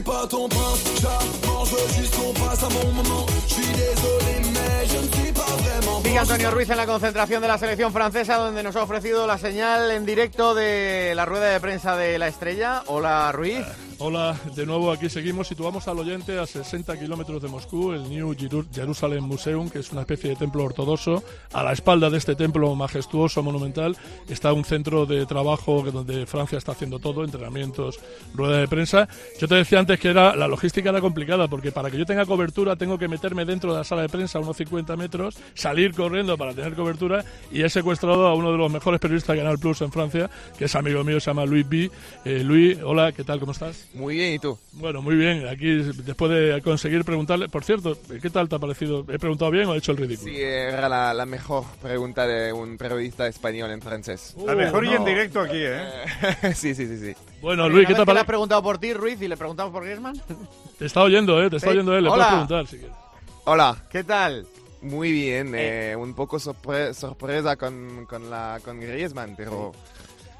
Sigue Antonio Ruiz en la concentración de la selección francesa, donde nos ha ofrecido la señal en directo de la rueda de prensa de la Estrella. Hola, Ruiz. Hola, de nuevo aquí seguimos. Situamos al oyente a sesenta kilómetros de Moscú, el New Jerusalem Museum, que es una especie de templo ortodoxo. A la espalda de este templo majestuoso, monumental, está un centro de trabajo donde Francia está haciendo todo, entrenamientos, rueda de prensa. Yo te decía antes que era la logística era complicada, porque para que yo tenga cobertura tengo que meterme dentro de la sala de prensa a unos cincuenta metros, salir corriendo para tener cobertura, y he secuestrado a uno de los mejores periodistas de Canal Plus en Francia, que es amigo mío, se llama Luis B. Eh, Luis, hola, ¿qué tal? ¿Cómo estás? Muy bien, ¿y tú? Bueno, muy bien. Aquí, después de conseguir preguntarle... Por cierto, ¿qué tal te ha parecido? ¿He preguntado bien o he hecho el ridículo? Sí, era la, la mejor pregunta de un periodista español en francés. La mejor no. Y en directo aquí, ¿eh? sí, sí, sí, sí. Bueno, Luis, ¿qué te ha parecido? ¿Le has preguntado por ti, Ruiz, y le preguntamos por Griezmann? Te está oyendo, ¿eh? Te está ¿Sí? oyendo él. Le Hola. puedes preguntar si quieres. Hola. ¿Qué tal? Muy bien. Eh, un poco sorpre sorpresa con, con, la, con Griezmann, pero...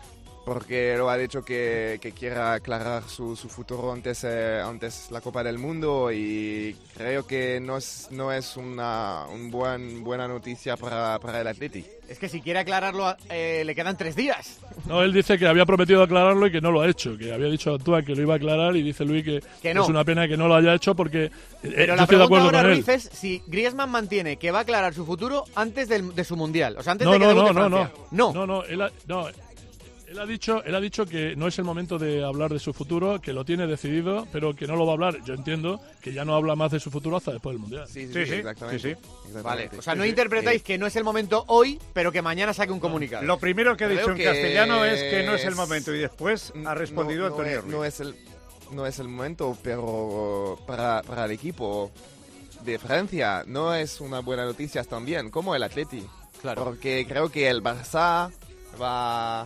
porque lo ha dicho que, que quiere aclarar su, su futuro antes, eh, antes la Copa del Mundo, y creo que no es, no es una un buen, buena noticia para, para el Atleti. Es que si quiere aclararlo, eh, le quedan tres días. No, él dice que había prometido aclararlo y que no lo ha hecho, que había dicho a Antoine que lo iba a aclarar, y dice Luis que, que no. es una pena que no lo haya hecho porque eh, Pero yo la estoy de acuerdo pregunta ahora, con él. Ruiz, es si Griezmann mantiene que va a aclarar su futuro antes del, de su Mundial, o sea, antes No, de que no, debute no, no, Francia. no, no, no, él ha, no, él ha dicho, él ha dicho que no es el momento de hablar de su futuro, que lo tiene decidido, pero que no lo va a hablar. Yo entiendo que ya no habla más de su futuro hasta después del Mundial. Sí, sí, sí, sí, exactamente. Sí, sí. exactamente. Vale, o sea, no Sí, sí. interpretáis Eh, que no es el momento hoy, pero que mañana saque un comunicado. Lo primero que ha Creo dicho en que castellano es que no es el es- momento, y después ha respondido no, no Antonio es, Ruiz. no es el no es el momento, pero para, para el equipo de Francia no es una buena noticia también, como el Atleti. Claro. Porque creo que el Barça va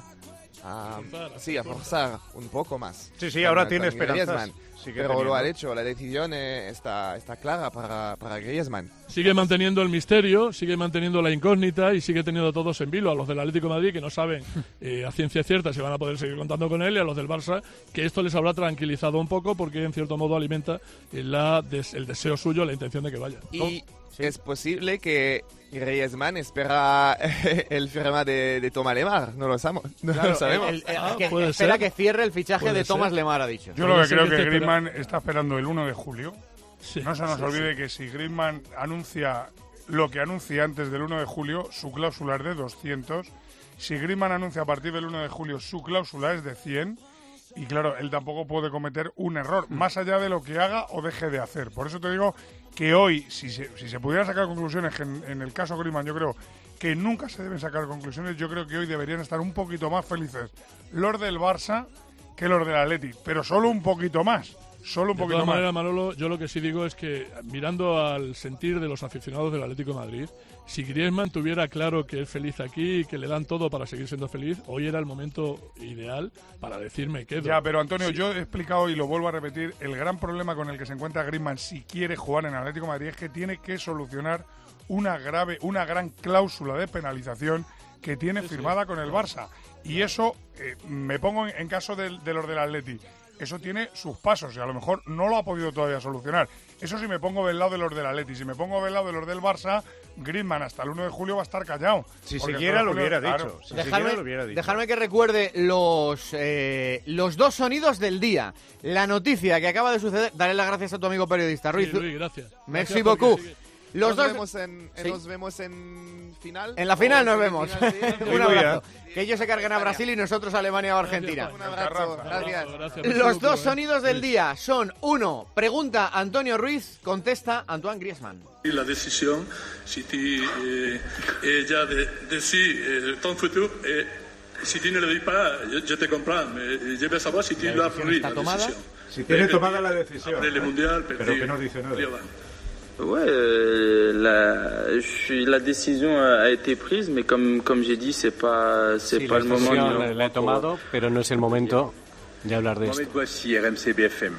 a, sí, a forzar un poco más. Sí, sí, con- ahora con tiene esperanzas. Griezmann. Sigue Pero lo teniendo. ha hecho, la decisión eh, está, está clara para, para Griezmann. Sigue manteniendo el misterio, sigue manteniendo la incógnita y sigue teniendo a todos en vilo, a los del Atlético de Madrid que no saben eh, a ciencia cierta si van a poder seguir contando con él, y a los del Barça que esto les habrá tranquilizado un poco porque en cierto modo alimenta eh, la des- el deseo suyo, la intención de que vaya. Y es posible que Griezmann espera el firma de, de Thomas Lemar, no lo, sabemos, no Claro, lo sabemos. el- el- Ah, que puede espera ser. que cierre el fichaje Puede de Thomas ser. Lemar, ha dicho. Yo lo Puede que ser creo que que te espera- Griezmann está esperando el uno de julio. Sí, No se nos sí, olvide sí. que si Griezmann anuncia lo que anuncia antes del uno de julio, su cláusula es de doscientos. Si Griezmann anuncia a partir del uno de julio, su cláusula es de cien. Y claro, él tampoco puede cometer un error, más allá de lo que haga o deje de hacer. Por eso te digo que hoy, si se, si se pudieran sacar conclusiones, que en, en el caso Griezmann yo creo que nunca se deben sacar conclusiones, yo creo que hoy deberían estar un poquito más felices los del Barça que los del Atleti, pero solo un poquito más. Solo un De poquito todas más. maneras, Manolo, yo lo que sí digo es que, mirando al sentir de los aficionados del Atlético de Madrid, si Griezmann tuviera claro que es feliz aquí y que le dan todo para seguir siendo feliz, hoy era el momento ideal para decirme quedo. Ya, pero Antonio, Sí. yo he explicado y lo vuelvo a repetir, el gran problema con el que se encuentra Griezmann si quiere jugar en Atlético de Madrid es que tiene que solucionar una grave, una gran cláusula de penalización que tiene Sí, sí. firmada con el Barça. Y eso, eh, me pongo en, en caso del- de, los del Atleti, eso tiene sus pasos y a lo mejor no lo ha podido todavía solucionar. Eso si me pongo del lado de los del Atleti. Si me pongo del lado de los del Barça, Griezmann hasta el uno de julio va a estar callado. Si Porque siquiera el uno de lo julio- hubiera claro. dicho. Si Dejadme, siquiera lo hubiera dicho. dejadme que recuerde los, eh, los dos sonidos del día. La noticia que acaba de suceder. Daré las gracias a tu amigo periodista, Ruiz. Sí, Luis, gracias. Merci Gracias porque beaucoup. sigue- Los nos, dos... vemos en, Sí. nos vemos en final. En la final ¿O nos en vemos. semifinal? Sí. Un abrazo. Que ellos se carguen a Brasil y nosotros a Alemania o Argentina. Un abrazo, gracias. Los dos sonidos del día son: uno, pregunta Antonio Ruiz, contesta Antoine Griezmann. Y la decisión, si tu eh, ella de, decir eh, ton futuro, eh, si tu no le dis pas, yo, yo te comprends, mais je veux savoir si tu La l'as decisión pris está la tomada. decisión. Si tiene Eh, tomada la decisión. Après le mondial, Pero perdí- que no dice nada. perdí avant. Ouais, euh, la, je suis, la décision a été prise, mais comme, comme j'ai dit, c'est pas, c'est Sí, pas la le moment. decisión de- la he tomado, pero no es el momento de hablar de esto. Mohamed Bouassi, R M C B F M.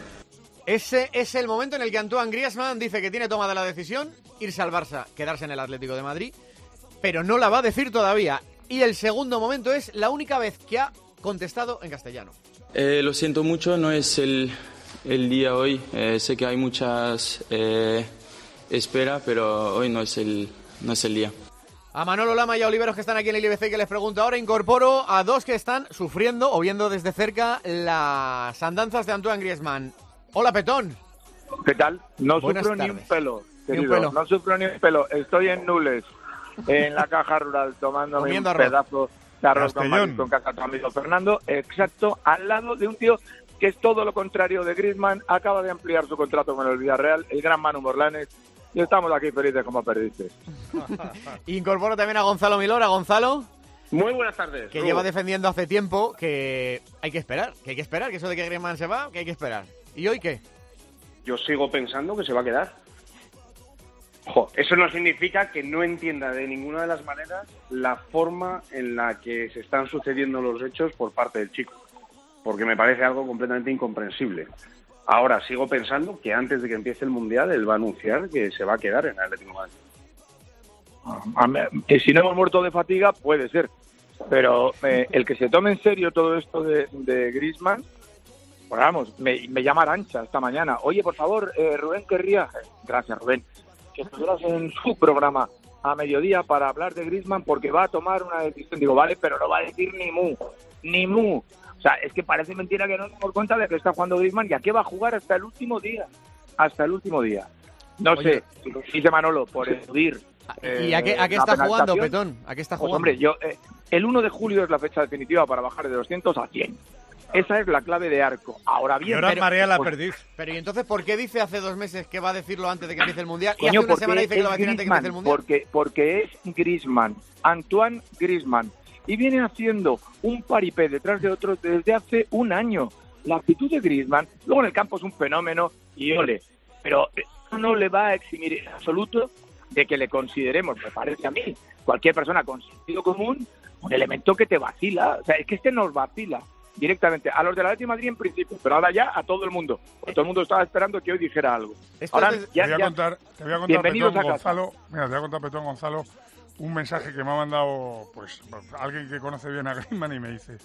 Ese es el momento en el que Antoine Griezmann dice que tiene tomada la decisión, irse al Barça, quedarse en el Atlético de Madrid, pero no la va a decir todavía. Y el segundo momento es la única vez que ha contestado en castellano. Eh, lo siento mucho, no es el, el día hoy. Eh, sé que hay muchas eh, espera, pero hoy no es el, no es el día. A Manolo Lama y a Oliveros, que están aquí en el I B C, que les pregunto ahora, incorporo a dos que están sufriendo o viendo desde cerca las andanzas de Antoine Griezmann. Hola, Petón. ¿Qué tal? No Buenas sufro ni tardes. un pelo, Ni un querido. pelo. No sufro ni un pelo. Estoy en Nules, en la caja rural, tomándome Comiendo un arroz. pedazo de arroz con Castellón. marisco en casa de tu amigo Fernando. Exacto, al lado de un tío que es todo lo contrario de Griezmann. Acaba de ampliar su contrato con el Villarreal, el gran Manu Morlanes. Y estamos aquí felices como perdiste. Incorporo también a Gonzalo Milor. A Gonzalo, Muy buenas tardes. que Rubo. lleva defendiendo hace tiempo que hay que esperar, que hay que esperar, que eso de que Griezmann se va, que hay que esperar. ¿Y hoy qué? Yo sigo pensando que se va a quedar. Jo, eso no significa que no entienda de ninguna de las maneras la forma en la que se están sucediendo los hechos por parte del chico, porque me parece algo completamente incomprensible. Ahora, sigo pensando que antes de que empiece el Mundial, él va a anunciar que se va a quedar en el Atlético de Madrid. A mí- y si no hemos muerto de fatiga, puede ser. pero eh, el que se tome en serio todo esto de, de Griezmann, pues vamos, me, me llama Arancha esta mañana. Oye, por favor, eh, Rubén querría, gracias Rubén, que estuvieras en su programa a mediodía para hablar de Griezmann porque va a tomar una decisión. Digo, vale, pero no va a decir ni mu, ni mu. O sea, es que parece mentira que no nos damos cuenta de que está jugando Griezmann y a qué va a jugar hasta el último día. Hasta el último día. No Oye, sé, dice Manolo, por eludir. ¿Y a qué, a qué la está jugando, penalización. Petón? ¿A qué está Pues, jugando? hombre, yo, eh, el uno de julio es la fecha definitiva para bajar de doscientos a cien. Esa es la clave de Arco. Ahora bien... Y ahora pero- marea la pues, perdiz. Pero ¿y entonces por qué dice hace dos meses que va a decirlo antes de que empiece el Mundial? Y Coño, hace una porque semana dice que es lo va a decir antes de que empiece el Griezmann, Mundial. porque, porque es Griezmann, Antoine Griezmann, y viene haciendo un paripé detrás de otro desde hace un año. La actitud de Griezmann, luego en el campo es un fenómeno y ole, pero eso no le va a eximir en absoluto de que le consideremos, me parece a mí, cualquier persona con sentido común, un elemento que te vacila. O sea, es que este nos vacila directamente a los de la Atlético de Madrid en principio, pero ahora ya a todo el mundo. Porque todo el mundo estaba esperando que hoy dijera algo. Ahora, ya, te voy a ya- contar, te voy a contar bienvenidos Petón, a casa. Gonzalo, mira, te voy a contar Petón Gonzalo un mensaje que me ha mandado pues alguien que conoce bien a Griezmann y me dice: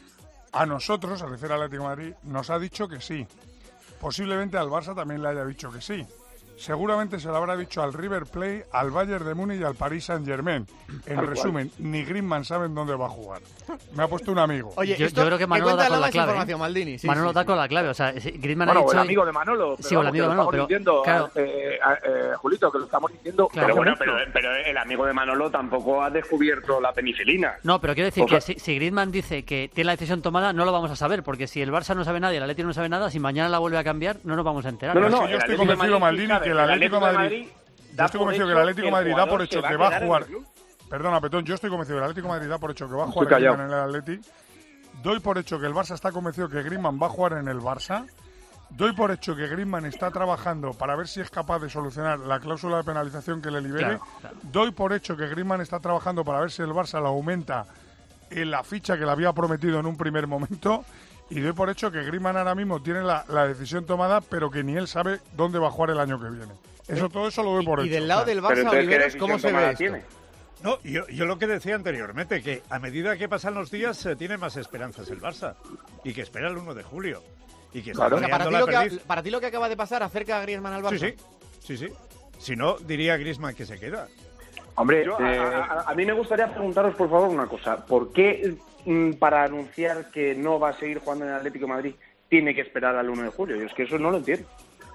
a nosotros, al referir al Atlético de Madrid, nos ha dicho que sí. Posiblemente al Barça también le haya dicho que sí. Seguramente se lo habrá dicho al River Plate, al Bayern de Múnich y al Paris Saint-Germain. En Tal resumen, ni Griezmann saben dónde va a jugar. Me ha puesto un amigo. yo, yo creo que Manolo da con la clave. ¿eh? Maldini, sí, Manolo sí, da sí. con la clave. O sea, si Griezmann Bueno, ha dicho... el amigo de Manolo. Sí, o el amigo de Manolo, pero... Diciendo, claro, eh, eh, Julito, que lo estamos diciendo. Claro. Pero bueno, mucho. pero, pero el amigo de Manolo tampoco ha descubierto la penicilina. No, pero quiero decir O sea- que si, si Griezmann dice que tiene la decisión tomada, no lo vamos a saber, porque si el Barça no sabe nada y el Atlético no sabe nada, si mañana la vuelve a cambiar, no nos vamos a enterar. No, no, no, yo estoy convencido, Maldini, que el Atlético de Madrid... Yo estoy convencido que el Atlético de Madrid da por hecho que va a jugar... Perdona, Petón, yo estoy convencido que el Atlético de Madrid da por hecho que va a jugar Estoy callado. Griezmann en el Atleti. Doy por hecho que el Barça está convencido que Griezmann va a jugar en el Barça. Doy por hecho que Griezmann está trabajando para ver si es capaz de solucionar la cláusula de penalización que le libere. Claro, claro. Doy por hecho que Griezmann está trabajando para ver si el Barça le aumenta en la ficha que le había prometido en un primer momento. Y doy por hecho que Griezmann ahora mismo tiene la, la decisión tomada, pero que ni él sabe dónde va a jugar el año que viene. Eso, todo eso lo doy por Y hecho. del lado del Barça, Oliveros, ¿cómo se ve esto? No, yo, yo lo que decía anteriormente, que a medida que pasan los días eh, tiene más esperanzas el Barça y que espera el uno de julio y que está O sea, para, mareando ti la lo que, perdiz. para ti lo que acaba de pasar acerca a Griezmann al Barça. Sí, sí, sí, sí. Si no, diría Griezmann que se queda. Hombre, Yo, eh, a, a- a mí me gustaría preguntaros, por favor, una cosa. ¿Por qué mm, para anunciar que no va a seguir jugando en el Atlético de Madrid tiene que esperar al uno de julio? Yo es que eso no lo entiendo.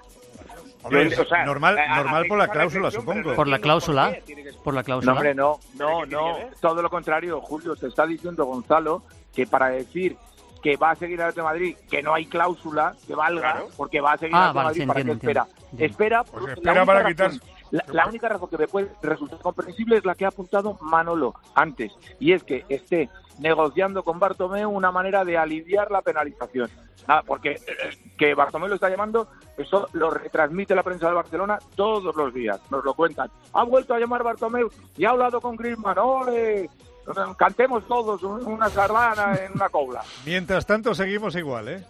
Hombre, Yo, o sea, normal, a- a- normal a- por la a- a- cláusula, reflexión, supongo. pero no Por la entiendo cláusula, por qué tiene que- por la no, cláusula. hombre, no, no, ¿Pero qué tiene no. que ver? Todo lo contrario, Julio. Te está diciendo Gonzalo que para decir que va a seguir el Atlético de Madrid, que no hay cláusula que valga, Claro. porque va a seguir Ah, el Atlético de vale, Madrid, sí, ¿para entiendo, qué espera? entiendo. Espera, Pues la espera única para razón- quitar- La, la única razón que me puede resultar comprensible es la que ha apuntado Manolo antes, y es que esté negociando con Bartomeu una manera de aliviar la penalización. Nada, porque eh, que Bartomeu lo está llamando, eso lo retransmite la prensa de Barcelona todos los días, nos lo cuentan. Ha vuelto a llamar Bartomeu y ha hablado con Griezmann, ¡ole! Cantemos todos una sardana en una cobla. Mientras tanto, seguimos igual, ¿eh?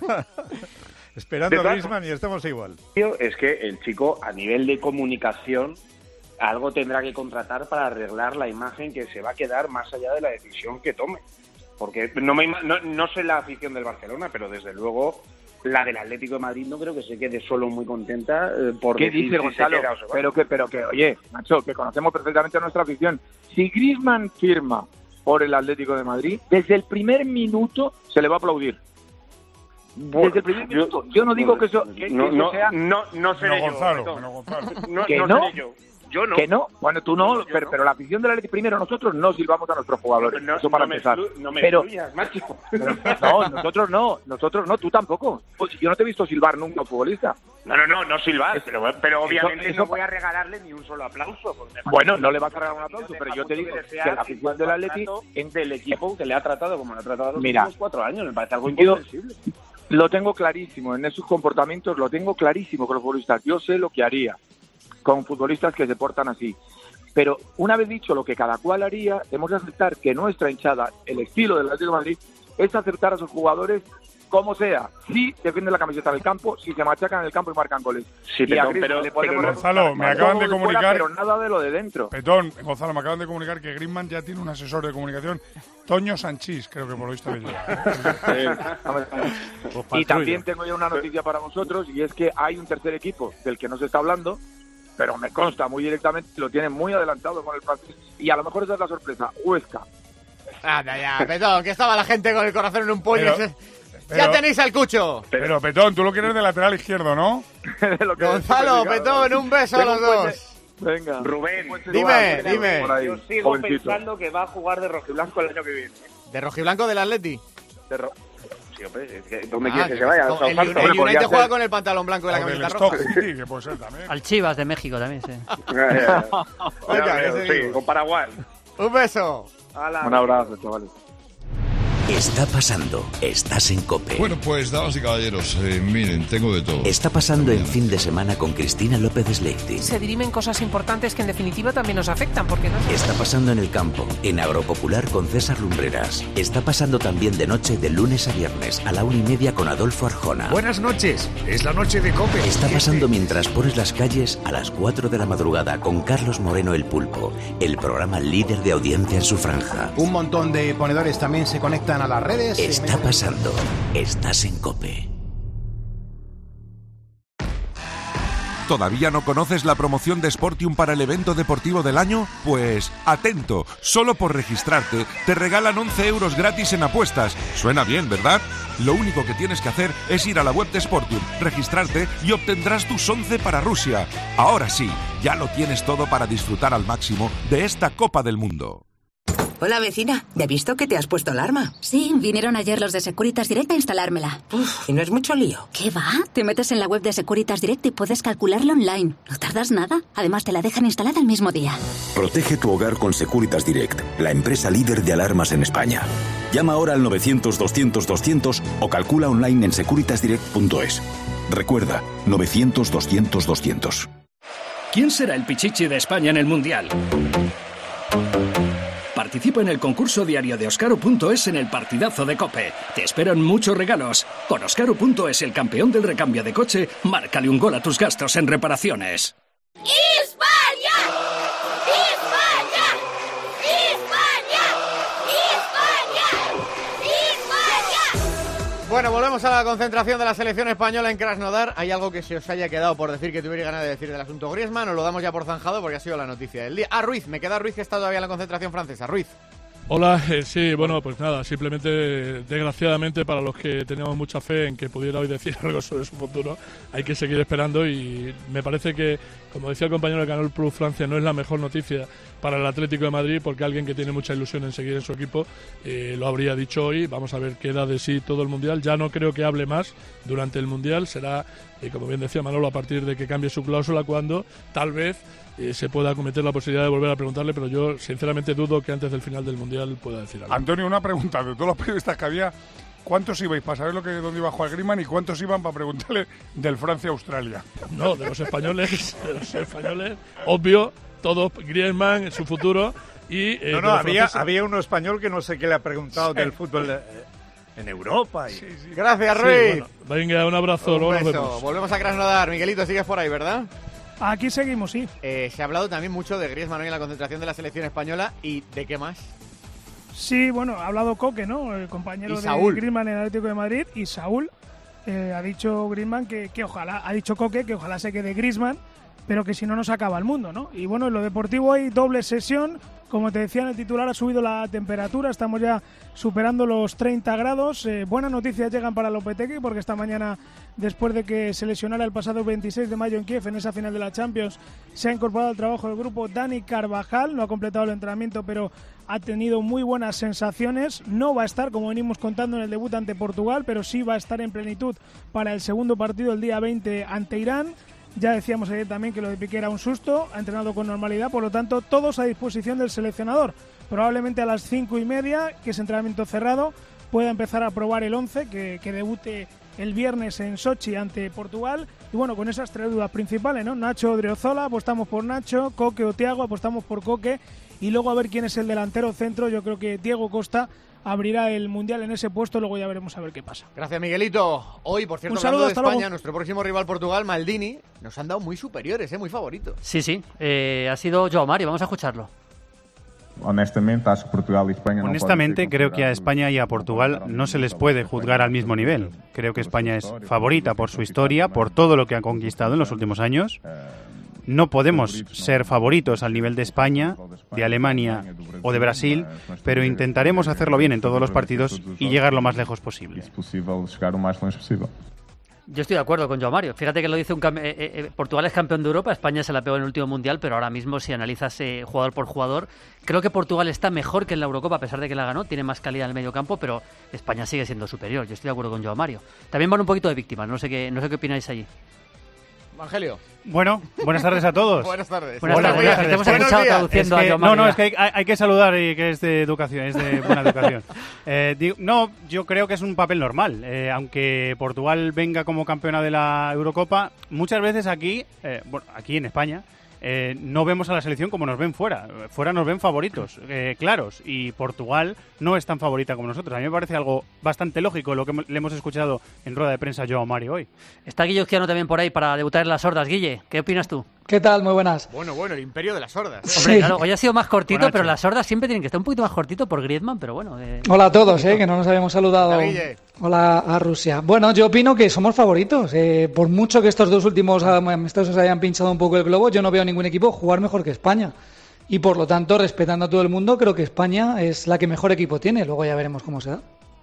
Esperando De a todas- Griezmann y estamos igual. Tío, es que el chico, a nivel de comunicación, algo tendrá que contratar para arreglar la imagen que se va a quedar más allá de la decisión que tome. Porque no, me, ima- no, no sé la afición del Barcelona, pero desde luego la del Atlético de Madrid no creo que se quede solo muy contenta eh, por ¿Qué decir dice si Gonzalo? se queda o se va. Pero que, pero que, oye, macho, que conocemos perfectamente a nuestra afición. Si Griezmann firma por el Atlético de Madrid, desde el primer minuto se le va a aplaudir. Bueno, desde el primer yo- minuto. Yo no digo que eso, que, no, que eso no, sea... no, no seré Menos yo. Gonzalo, Beto. menos Gonzalo. No, ¿Que no no? seré yo. Yo no. Que no, bueno, tú no, No, yo pero, no. pero la afición del Atlético, primero, nosotros no silbamos a nuestros jugadores, No, eso para no me empezar. exclu- no me pero, excluyas, macho. no, nosotros no, nosotros no, tú tampoco. Pues yo no te he visto silbar nunca a un futbolista. No, no, no, no silbar, pero, pero obviamente eso- no voy a regalarle ni un solo aplauso. porque me Bueno, parece no que le vas a regalar un aplauso, deja pero yo te mucho digo que que desear la afición del Atleti... en del equipo que le ha tratado como le ha tratado los Mira, últimos cuatro años, me parece algo yo- incomprensible. Lo tengo clarísimo, en esos comportamientos lo tengo clarísimo con los futbolistas. Yo sé lo que haría con futbolistas que se portan así. Pero una vez dicho lo que cada cual haría, hemos de aceptar que nuestra hinchada, el estilo del Atlético de Madrid, es aceptar a sus jugadores como sea, si defienden la camiseta del campo, si se machacan en el campo y marcan goles. Sí, y a Petón, Griezmann pero- le podemos pero, Gonzalo, reprochar me acaban de todo comunicar- fuera, pero nada de lo de dentro. Petón, Gonzalo, me acaban de comunicar que Griezmann ya tiene un asesor de comunicación, Toño Sanchís, creo que por lo visto le lleva. Y también tengo ya una noticia para vosotros, y es que hay un tercer equipo del que no se está hablando, pero me consta muy directamente, lo tienen muy adelantado con el francés, y a lo mejor esa es la sorpresa, Huesca. Anda ya, Petón, que estaba la gente con el corazón en un pollo. Pero- ya pero- tenéis al Cucho. Pero, Petón, tú lo quieres de lateral izquierdo, ¿no? Gonzalo, Petón, un beso a los dos. Venga. Rubén, Dime, dime. yo sigo pensando que va a jugar de rojiblanco el año que viene. ¿De rojiblanco del Atleti? De ro... Sí, hombre, es que ¿dónde Ah, quieres que que- se vaya? no, Al el, Southampton. el Podría United ser- juega con el pantalón blanco y la O del camiseta Stoke roja. City, que puede ser también. Al Chivas de México también, sí. Ya, ya, ya. Venga, Ya que veo, sí, seguimos. con Paraguay. Un beso. Un abrazo, chavales. Está pasando, estás en COPE. Bueno, pues damas y caballeros, eh, miren, tengo de todo. Está pasando en fin de semana con Cristina López Sleipzig. Se dirimen cosas importantes que en definitiva también nos afectan, porque no. Está pasando en el campo, en Agropopular con César Lumbreras. Está pasando también de noche de lunes a viernes a la una y media con Adolfo Arjona. Buenas noches, es la noche de COPE. Está pasando mientras pones las calles a las cuatro de la madrugada con Carlos Moreno el Pulpo, el programa líder de audiencia en su franja. Un montón de ponedores también se conectan a las redes. Está pasando, estás en COPE. ¿Todavía no conoces la promoción de Sportium para el evento deportivo del año? Pues atento, solo por registrarte te regalan once euros gratis en apuestas. Suena bien, ¿verdad? Lo único que tienes que hacer es ir a la web de Sportium, registrarte y obtendrás tus once para Rusia. Ahora sí, ya lo tienes todo para disfrutar al máximo de esta Copa del Mundo. Hola, vecina. ¿Ya he visto que te has puesto alarma? Sí, vinieron ayer los de Securitas Direct a instalármela. Uf, ¿y no es mucho lío? ¿Qué va? Te metes en la web de Securitas Direct y puedes calcularlo online. No tardas nada. Además, te la dejan instalada el mismo día. Protege tu hogar con Securitas Direct, la empresa líder de alarmas en España. Llama ahora al novecientos doscientos doscientos o calcula online en securitas direct punto es. Recuerda, novecientos doscientos doscientos. ¿Quién será el pichichi de España en el Mundial? Participa en el concurso diario de Oscaro punto es en el partidazo de COPE. Te esperan muchos regalos. Con Oscaro punto es, el campeón del recambio de coche, márcale un gol a tus gastos en reparaciones. ¡España! ¡España! ¡España! ¡España! ¡España! Bueno, volvemos a la concentración de la selección española en Krasnodar. ¿Hay algo que se os haya quedado por decir que tuviera ganas de decir del asunto Griezmann? ¿O lo damos ya por zanjado porque ha sido la noticia del día? Ah, Ruiz, me queda Ruiz, que está todavía en la concentración francesa. Ruiz. Hola, eh, sí, bueno, pues nada, simplemente, desgraciadamente, para los que teníamos mucha fe en que pudiera hoy decir algo sobre su futuro, hay que seguir esperando y me parece que, como decía el compañero de Canal Plus Francia, no es la mejor noticia para el Atlético de Madrid, porque alguien que tiene mucha ilusión en seguir en su equipo eh, lo habría dicho hoy. Vamos a ver qué da de sí todo el Mundial. Ya no creo que hable más durante el Mundial, será, eh, como bien decía Manolo, a partir de que cambie su cláusula, cuando tal vez Eh, se pueda cometer la posibilidad de volver a preguntarle, pero yo sinceramente dudo que antes del final del Mundial pueda decir algo. Antonio, una pregunta de todos los periodistas que había: ¿cuántos ibais para saber lo que, dónde iba a jugar Griezmann y cuántos iban para preguntarle del Francia-Australia? No, de los españoles, de los españoles, obvio, todos Griezmann, su futuro y... Eh, no, de no, los había, franceses. había uno español que no sé qué le ha preguntado del fútbol eh, en Europa. Y... Sí, sí. Gracias, Sí, Ruiz. bueno, venga, un abrazo, Un luego nos beso. vemos. Volvemos a Krasnodar. Miguelito, sigues por ahí, ¿verdad? Aquí seguimos, sí. Eh, se ha hablado también mucho de Griezmann hoy en la concentración de la selección española. ¿Y de qué más? Sí, bueno, ha hablado Coque, ¿no? El compañero Y de Saúl. Griezmann en el Atlético de Madrid. Y Saúl eh, ha dicho Griezmann que, que ojalá, ha dicho Coque que ojalá se quede Griezmann, pero que si no nos acaba el mundo, ¿no? Y bueno, en lo deportivo hay doble sesión. Como te decía en el titular, ha subido la temperatura, estamos ya superando los treinta grados. Eh, buenas noticias llegan para Lopetegui, porque esta mañana, después de que se lesionara el pasado veintiséis de mayo en Kiev, en esa final de la Champions, se ha incorporado al trabajo del grupo Dani Carvajal. No ha completado el entrenamiento, pero ha tenido muy buenas sensaciones. No va a estar, como venimos contando, en el debut ante Portugal, pero sí va a estar en plenitud para el segundo partido el día veinte ante Irán. Ya decíamos ayer también que lo de Piqué era un susto, ha entrenado con normalidad, por lo tanto, todos a disposición del seleccionador. Probablemente a las cinco y media, que es entrenamiento cerrado, pueda empezar a probar el once, que, que debute el viernes en Sochi ante Portugal. Y bueno, con esas tres dudas principales, ¿no? Nacho Odriozola, apostamos por Nacho, Coque o Thiago, apostamos por Coque. y luego a ver quién es el delantero centro. Yo creo que Diego Costa abrirá el Mundial en ese puesto, luego ya veremos a ver qué pasa. Gracias, Miguelito. Hoy, por cierto, un saludo, hablando de hasta España, luego. Nuestro próximo rival Portugal, Maldini, nos han dado muy superiores, ¿eh? Muy favoritos. Sí, sí, eh, ha sido Joao Mario, vamos a escucharlo. Honestamente, acho que Portugal y España no Honestamente, creo que a España y a Portugal no se les puede juzgar al mismo nivel. Creo que España es favorita por su historia, por todo lo que ha conquistado en los últimos años. No podemos ser favoritos al nivel de España, de Alemania o de Brasil, pero intentaremos hacerlo bien en todos los partidos y llegar lo más lejos posible. Yo estoy de acuerdo con Joao Mario. Fíjate que lo dice un cam- eh, eh, Portugal es campeón de Europa, España se la pegó en el último Mundial, pero ahora mismo si analizas eh, jugador por jugador, creo que Portugal está mejor que en la Eurocopa, a pesar de que la ganó, tiene más calidad en el medio campo, pero España sigue siendo superior. Yo estoy de acuerdo con Joao Mario. También van un poquito de víctimas, no sé qué, no sé qué opináis allí. Evangelio. Bueno, buenas tardes a todos. Buenas tardes. Buenas Hola, tardes. buenas tardes. Te hemos escuchado traduciendo Es que- a Joao Mario. No, no, es que hay, hay- hay que saludar y que es de educación, es de buena educación. Eh, digo- no, yo creo que es un papel normal. Eh, aunque Portugal venga como campeona de la Eurocopa, muchas veces aquí, eh, bueno, aquí en España, eh, no vemos a la selección como nos ven fuera. Fuera nos ven favoritos, eh, claros, y Portugal no es tan favorita como nosotros. A mí me parece algo bastante lógico lo que hemos- le hemos escuchado en rueda de prensa a Joao Mario hoy. Está Guille Uzquiano también por ahí para debutar en las sordas. Guille, ¿qué opinas tú? ¿Qué tal? Muy buenas. Bueno, bueno, el imperio de las sordas. ¿eh? Hombre, Sí. claro, hoy ha sido más cortito, Buenacho. pero las sordas siempre tienen que estar un poquito más cortito por Griezmann, pero bueno. eh, Hola a todos, eh, que no nos habíamos saludado. Hola, Guille. Hola a Rusia. Bueno, yo opino que somos favoritos. Eh, por mucho que estos dos últimos amistosos hayan pinchado un poco el globo, yo no veo a ningún equipo jugar mejor que España. Y por lo tanto, respetando a todo el mundo, creo que España es la que mejor equipo tiene. Luego ya veremos cómo se da.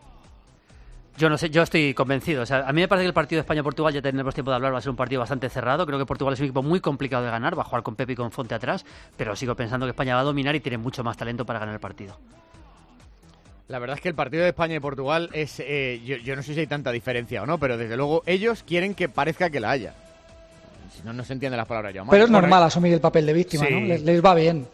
Yo no sé, yo estoy convencido. O sea, a mí me parece que el partido de España-Portugal, ya tendremos tiempo de hablar, va a ser un partido bastante cerrado. Creo que Portugal es un equipo muy complicado de ganar, va a jugar con Pepe y con Fonte atrás, pero sigo pensando que España va a dominar y tiene mucho más talento para ganar el partido. La verdad es que el partido de España y Portugal es... eh, yo, yo no sé si hay tanta diferencia o no, pero desde luego ellos quieren que parezca que la haya. Si no, no se entienden las palabras. Joao Mario. Pero es normal asumir el papel de víctima, Sí. ¿no? Les, les va bien.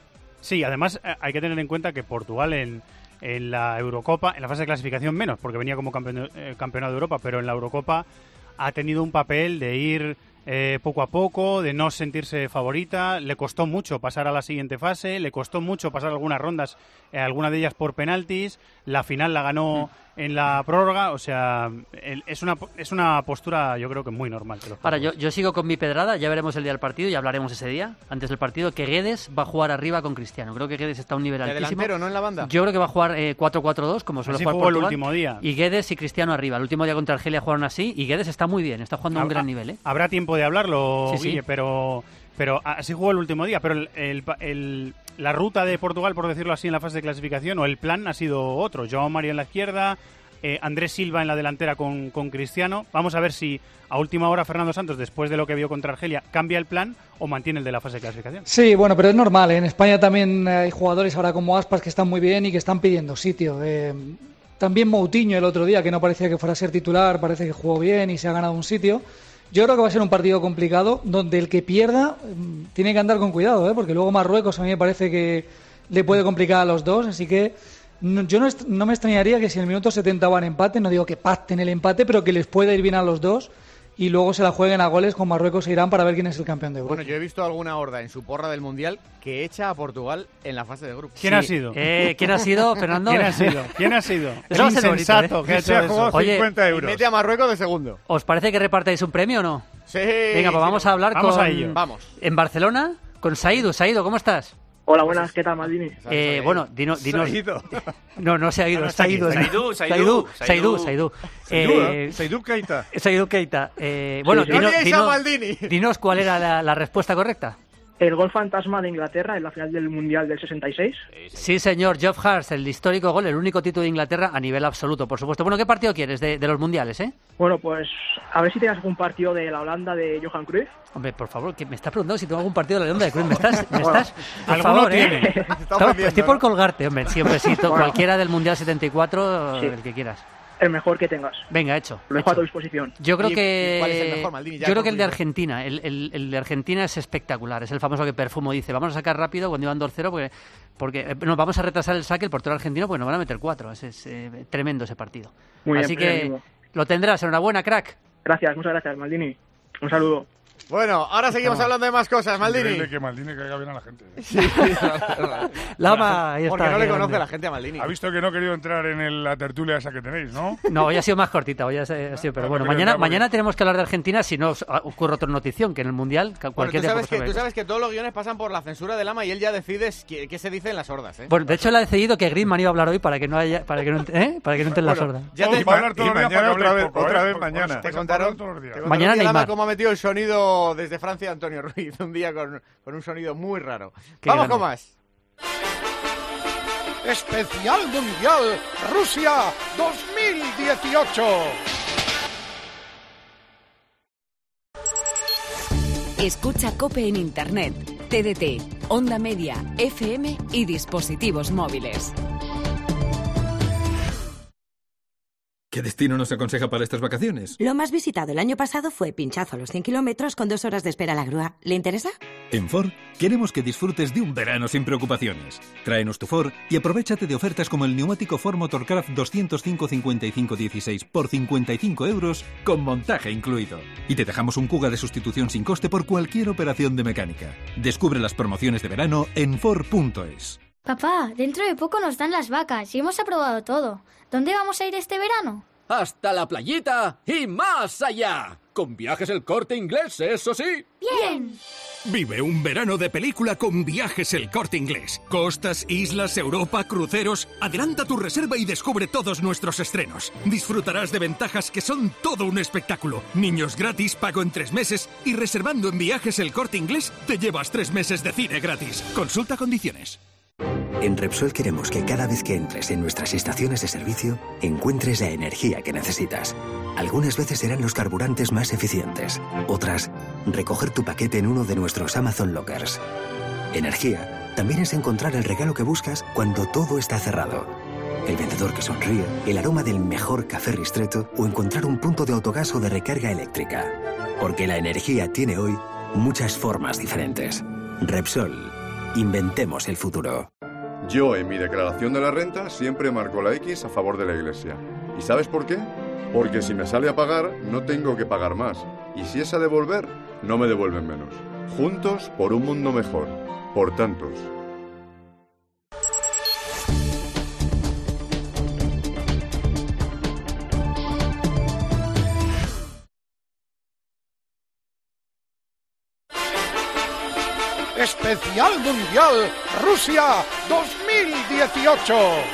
Sí, además eh, hay que tener en cuenta que Portugal en, en la Eurocopa, en la fase de clasificación menos, porque venía como campeón, eh, campeonado de Europa, pero en la Eurocopa ha tenido un papel de ir eh, poco a poco, de no sentirse favorita. Le costó mucho pasar a la siguiente fase, le costó mucho pasar algunas rondas, eh, algunas de ellas por penaltis. La final la ganó en la prórroga, o sea, el- es una es una postura yo creo que muy normal. Que los Ahora, yo, yo sigo con mi pedrada, ya veremos el día del partido y hablaremos ese día, antes del partido, que Guedes va a jugar arriba con Cristiano. Creo que Guedes está a un nivel De altísimo. delantero, no en la banda. Yo creo que va a jugar eh, cuatro cuatro dos, como suele Así jugar jugó el Portugal. último día. Y Guedes y Cristiano arriba. El último día contra Argelia jugaron así y Guedes está muy bien, está jugando a un Habrá- gran nivel. ¿eh? Habrá tiempo de hablarlo, Sí, sí. Guille, pero, pero así jugó el último día. Pero el, el- el- la ruta de Portugal, por decirlo así, en la fase de clasificación, o el plan ha sido otro. Joao Mario en la izquierda, eh, Andrés Silva en la delantera con, con Cristiano. Vamos a ver si a última hora Fernando Santos, después de lo que vio contra Argelia, cambia el plan o mantiene el de la fase de clasificación. Sí, bueno, pero es normal. ¿eh? En España también hay jugadores ahora como Aspas que están muy bien y que están pidiendo sitio. Eh, también Moutinho el otro día, que no parecía que fuera a ser titular, parece que jugó bien y se ha ganado un sitio. Yo creo que va a ser un partido complicado donde el que pierda mm, tiene que andar con cuidado, ¿eh? Porque luego Marruecos a mí me parece que le puede complicar a los dos, así que no- yo no, est- no me extrañaría que si en el minuto setenta van empate, no digo que pacten el empate, pero que les pueda ir bien a los dos y luego se la jueguen a goles con Marruecos e Irán para ver quién es el campeón de Europa. Bueno, yo he visto alguna horda en su porra del Mundial que echa a Portugal en la fase de grupos. ¿Quién ha sido? Eh, ¿Quién ha sido, Fernando? ¿Quién ha sido? ¿Quién ha sido? Eso El va a ser bonito, insensato ¿eh? que ha hecho eso. Oye, Y mete a Marruecos de segundo. ¿os parece que repartáis un premio o no? Sí. Venga, pues vamos sí, a hablar Vamos con... a ello. Vamos. En Barcelona, con Saidu. Saidu, ¿cómo estás? Hola, buenas, ¿qué tal, Maldini? Eh, bueno, dino- dinos... Se ha ido. No, no se ha ido, Ah, no, está está ido. aquí, está aquí. Saidú, Saidú, Saidú, Saidú. Saidú. Saidú, Eh, ¿eh? Saidú Keita. Saidú Keita. Eh, bueno, Sí, sí. dino- No digáis a dino- Maldini. dinos cuál era la, la respuesta correcta. El gol fantasma de Inglaterra en la final del Mundial del sesenta y seis. Sí, señor, Geoff Hurst, el histórico gol, el único título de Inglaterra a nivel absoluto, por supuesto. Bueno, ¿qué partido quieres de, de los mundiales, eh? Bueno, pues a ver si tienes algún partido de la Holanda de Johan Cruyff. Hombre, por favor, que me estás preguntando si tengo algún partido de la Holanda de Cruyff. ¿Me estás? ¿Me Bueno, estás? Por alguno favor, tiene. ¿eh? Se está Estamos- ofendiendo, estoy por ¿no? colgarte, hombre. Siempre sí, to- Bueno. cualquiera del Mundial setenta y cuatro, Sí. el que quieras. El mejor que tengas. Venga, hecho. Lo dejo a hecho. tu disposición. Yo creo ¿Y- que y cuál es el mejor, Maldini? Ya yo creo que el de concluimos. Argentina, el, el- el de Argentina es espectacular, es el famoso que Perfumo dice, vamos a sacar rápido cuando iban dos cero porque porque eh, no, vamos a retrasar el saque el portero argentino porque nos van a meter cuatro, es, es, eh, tremendo ese partido. Muy bien, Así pues, que amigo. lo tendrás, enhorabuena, crack. Gracias, muchas gracias, Maldini. Un saludo. Bueno, ahora seguimos No. hablando de más cosas, Maldini. Increíble que Maldini caiga bien a la gente. ¿eh? Sí, Lama, ahí está. Porque no le qué conoce grande. la gente a Maldini. Ha visto que no he querido entrar en el- la tertulia esa que tenéis, ¿no? No, hoy ha sido más cortita, hoy ha sido, pero no bueno, quería mañana, entrar porque- mañana tenemos que hablar de Argentina si no os- ocurre otra notición, que en el Mundial ca- Bueno, cualquier tú día sabes, puede que, ocurrir. tú sabes que todos los guiones pasan por la censura de Lama y él ya decide qué, qué se dice en las sordas, ¿eh? Bueno, de hecho, le ha decidido que Griezmann iba a hablar hoy para que no haya, para que no, ent- ¿eh? para que no entre en la sorda. Ya te, Va a hablar todos y los días mañana para que otra habléis vez- poco, otra ¿eh? vez Por- por- mañana. vais Te a contaron, hablar todos los días. te Mañana contaron, Lama, Neymar. cómo ha metido el sonido desde Francia Antonio Ruiz un día con, con un sonido muy raro. Qué Vamos grande. con más. Especial Mundial Rusia dos mil dieciocho. Escucha COPE en Internet, T D T, Onda Media, F M y dispositivos móviles. ¿Qué destino nos aconseja para estas vacaciones? Lo más visitado el año pasado fue Pinchazo a los cien kilómetros con dos horas de espera a la grúa. ¿Le interesa? En Ford, queremos que disfrutes de un verano sin preocupaciones. Tráenos tu Ford y aprovechate de ofertas como el neumático Ford Motorcraft doscientos cinco cincuenta y cinco dieciséis por cincuenta y cinco euros con montaje incluido. Y te dejamos un Kuga de sustitución sin coste por cualquier operación de mecánica. Descubre las promociones de verano en Ford punto es. Papá, dentro de poco nos dan las vacas y hemos aprobado todo. ¿Dónde vamos a ir este verano? Hasta la playita y más allá. Con Viajes El Corte Inglés, eso sí. ¡Bien! Vive un verano de película con Viajes El Corte Inglés. Costas, islas, Europa, cruceros. Adelanta tu reserva y descubre todos nuestros estrenos. Disfrutarás de ventajas que son todo un espectáculo. Niños gratis, pago en tres meses y reservando en Viajes El Corte Inglés te llevas tres meses de cine gratis. Consulta condiciones. En Repsol queremos que cada vez que entres en nuestras estaciones de servicio encuentres la energía que necesitas. Algunas veces serán los carburantes más eficientes, otras, recoger tu paquete en uno de nuestros Amazon Lockers. Energía también es encontrar el regalo que buscas cuando todo está cerrado. El vendedor que sonríe, el aroma del mejor café ristretto o encontrar un punto de autogas o de recarga eléctrica. Porque la energía tiene hoy muchas formas diferentes. Repsol. Inventemos el futuro. Yo en mi declaración de la renta siempre marco la X a favor de la Iglesia. ¿Y sabes por qué? Porque si me sale a pagar, no tengo que pagar más. Y si es a devolver, no me devuelven menos. Juntos por un mundo mejor. Por tantos. Especial Mundial Rusia dos mil dieciocho.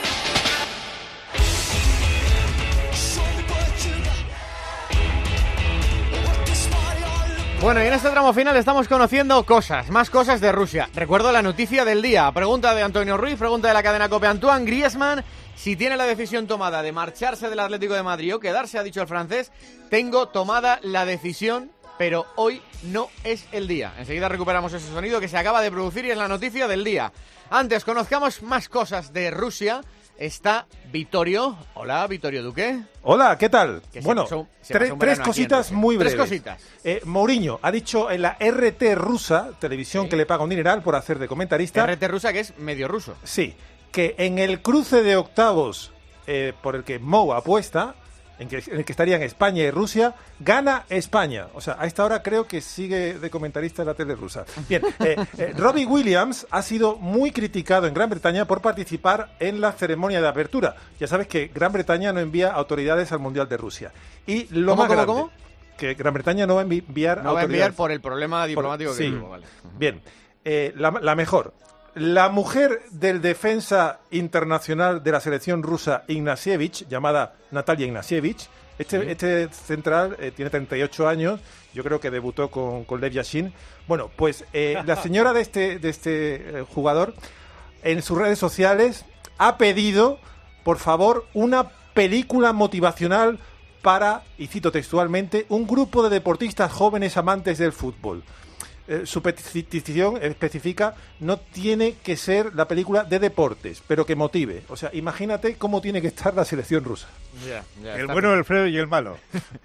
Bueno, y en este tramo final estamos conociendo cosas, más cosas de Rusia. Recuerdo la noticia del día. Pregunta de Antonio Ruiz, pregunta de la cadena COPE. Antoine Griezmann, si tiene la decisión tomada de marcharse del Atlético de Madrid o quedarse, ha dicho el francés, tengo tomada la decisión, pero hoy no es el día. Enseguida recuperamos ese sonido que se acaba de producir y es la noticia del día. Antes, conozcamos más cosas de Rusia. Está Vittorio. Hola, Vittorio Duque. Hola, ¿qué tal? Que se Bueno, pasó- se tre- pasó un tres verano aquí en cositas Rusia. muy Tres breves. cositas. Eh, Mourinho ha dicho en la R T rusa, televisión que le paga un dineral por hacer de comentarista. R T rusa, que es medio ruso. Sí, que en el cruce de octavos eh, por el que Mou apuesta, en, que, en el que estarían España y Rusia, gana España. O sea, a esta hora creo que sigue de comentarista en la tele rusa. Bien, eh, eh, Robbie Williams ha sido muy criticado en Gran Bretaña por participar en la ceremonia de apertura. Ya sabes que Gran Bretaña no envía autoridades al Mundial de Rusia. Y lo ¿Cómo, más cómo, grande, cómo? que Gran Bretaña no va a envi- enviar No va a autoridades. enviar por el problema diplomático Por- que sí. hubo, vale. Bien, eh, la, la mejor. La mujer del defensa internacional de la selección rusa Ignasievich, llamada Natalia Ignasievich, este, Sí. este central eh, tiene treinta y ocho años, yo creo que debutó con, con Lev Yashin. Bueno, pues eh, la señora de este, de este eh, jugador en sus redes sociales ha pedido, por favor, una película motivacional para, y cito textualmente, un grupo de deportistas jóvenes amantes del fútbol. Eh, su petición especifica, no tiene que ser la película de deportes, pero que motive. O sea, imagínate cómo tiene que estar la selección rusa. Ya, ya El está. bueno, el feo y el malo.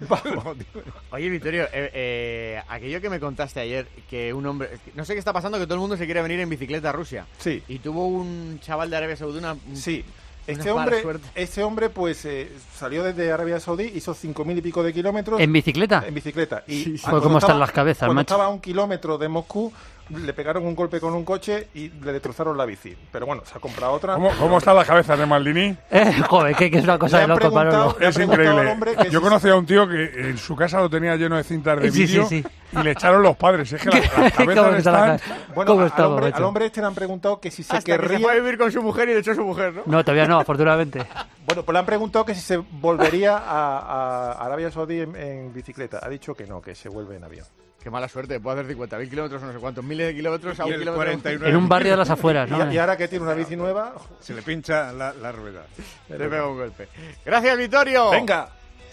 Oye, Vittorio, eh, eh, aquello que me contaste ayer, que un hombre... No sé qué está pasando, que todo el mundo se quiere venir en bicicleta a Rusia. Sí. Y tuvo un chaval de Arabia Saudí una... Sí. Este hombre, este hombre pues eh, salió desde Arabia Saudí, hizo cinco mil y pico de kilómetros. ¿En bicicleta? En bicicleta. Y sí, sí. Pues cómo están las cabezas, cuando macho. Estaba a un kilómetro de Moscú, le pegaron un golpe con un coche y le destrozaron la bici. Pero bueno, se ha comprado otra. ¿Cómo, cómo están las cabezas de Maldini? Eh, joder, que, que es una cosa de loco, Manolo. Es increíble. Yo si conocí a un tío que en su casa lo tenía lleno de cintas de Sí, vídeo sí, sí. y le echaron los padres. Es que las, las ¿Cómo cabezas está la están... ca- Bueno, ¿Cómo al, estamos, hombre, macho? al hombre este le han preguntado que si se Hasta que querría... se fue a vivir con su mujer y le echó a su mujer, ¿no? No, todavía no, afortunadamente. Bueno, pues le han preguntado que si se volvería a, a Arabia Saudí en, en bicicleta. Ha dicho que no, que se vuelve en avión. Qué mala suerte, puede hacer cincuenta mil kilómetros, no sé cuántos miles de kilómetros a Y un el kilómetro. cuarenta y nueve. En un barrio de las afueras, ¿no? Y, y ahora que tiene una bici nueva, se le pincha la, la rueda. Le pega un golpe. Gracias, Vittorio. Venga.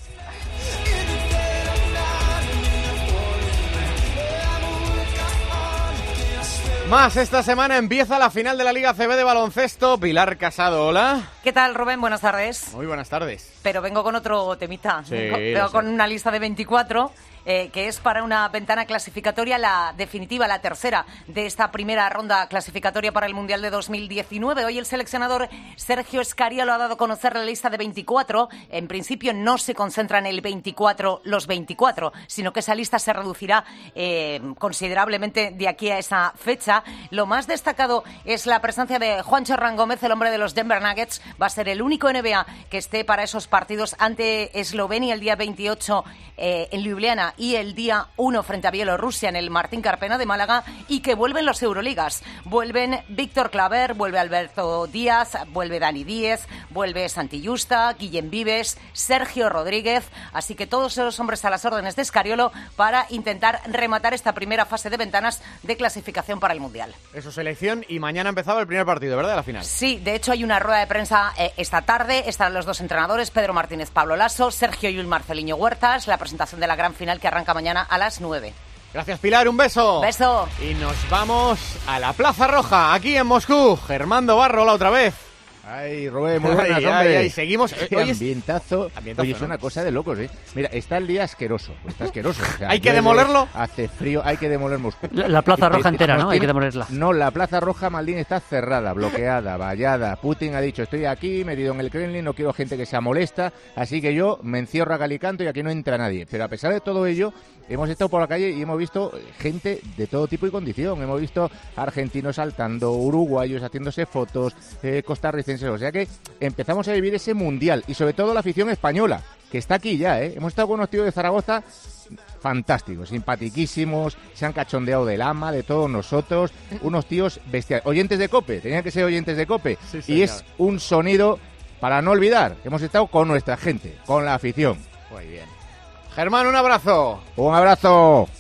Más, esta semana empieza la final de la Liga C B de baloncesto. Pilar Casado, hola. ¿Qué tal, Rubén? Buenas tardes. Muy buenas tardes. Pero vengo con otro temita. Sí, vengo lo vengo sé. con una lista de veinticuatro, eh, que es para una ventana clasificatoria, la definitiva, la tercera de esta primera ronda clasificatoria para el Mundial de dos mil diecinueve. Hoy el seleccionador Sergio Scariolo ha dado a conocer la lista de veinticuatro. En principio no se concentra en el veinticuatro, los veinticuatro, sino que esa lista se reducirá eh, considerablemente de aquí a esa fecha. Lo más destacado es la presencia de Juancho Hernán Gómez, el hombre de los Denver Nuggets. Va a ser el único N B A que esté para esos partidos ante Eslovenia el día veintiocho eh, en Ljubljana y el día uno frente a Bielorrusia en el Martín Carpena de Málaga, y que vuelven los Euroligas. Vuelven Víctor Claver, vuelve Alberto Díaz, vuelve Dani Díez, vuelve Santi Justa, Guillem Vives, Sergio Rodríguez. Así que todos esos hombres a las órdenes de Scariolo para intentar rematar esta primera fase de ventanas de clasificación para el Mundial. Eso, selección, y mañana empezaba el primer partido, ¿verdad? De la final. Sí, de hecho hay una rueda de prensa eh, esta tarde. Estarán los dos entrenadores, Pedro Martínez, Pablo Lasso, Sergio Llull, Marceliño Huertas. La presentación de la gran final que arranca mañana a las nueve. Gracias, Pilar, un beso. Beso. Y nos vamos a la Plaza Roja, aquí en Moscú. Germando Barro, la otra vez. Ay, Rubén, muy buenas, Ay, hombre. ay, ay, seguimos. Qué Hoy es- ambientazo. Ambientazo, Oye, es ¿no? una cosa de locos, ¿eh? Mira, está el día asqueroso. Está asqueroso. O sea, ¿Hay que llueve, demolerlo? Hace frío, hay que demoler Moscú. La- la Plaza Eh, Roja eh, entera, nos ¿no? Hay que tiene- demolerla. No, la Plaza Roja, Maldini, está cerrada, bloqueada, vallada. Putin ha dicho, estoy aquí, metido en el Kremlin, no quiero gente que sea molesta, así que yo me encierro a calicanto y aquí no entra nadie. Pero a pesar de todo ello, hemos estado por la calle y hemos visto gente de todo tipo y condición. Hemos visto argentinos saltando, uruguayos haciéndose fotos, eh, costarricenses. O sea que empezamos a vivir ese mundial y sobre todo la afición española, que está aquí ya, ¿eh? Hemos estado con unos tíos de Zaragoza fantásticos, simpatiquísimos, se han cachondeado del ama, de todos nosotros, unos tíos bestiales. Oyentes de COPE, tenían que ser oyentes de COPE. Sí, y señor. es un sonido para no olvidar. Hemos estado con nuestra gente, con la afición. Muy bien. Germán, un abrazo. Un abrazo.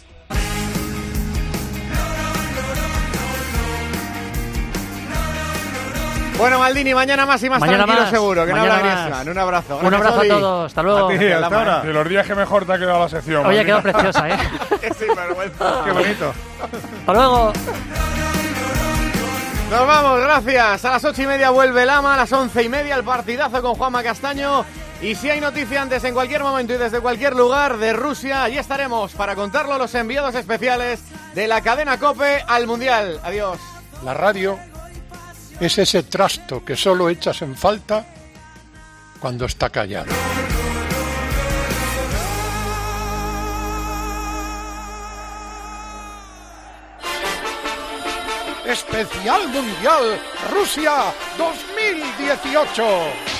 Bueno, Maldini, mañana más y más Mañana tranquilo más. seguro, que Mañana no habla más. Griezmann. Un abrazo. Un Gracias, abrazo a Odi. todos, hasta luego. A ti, Hasta hasta mañana. ahora. De los días que mejor te ha quedado la sección. Oye, ha quedado Maldini. preciosa, ¿eh? Qué sinvergüenza. Qué bonito. Hasta luego. Nos vamos, gracias. A las ocho y media vuelve el ama, a las once y media el partidazo con Juanma Castaño. Y si hay noticia antes, en cualquier momento y desde cualquier lugar de Rusia, allí estaremos para contarlo los enviados especiales de la cadena COPE al Mundial. Adiós. La radio es ese trasto que solo echas en falta cuando está callado. Especial Mundial Rusia dos mil dieciocho.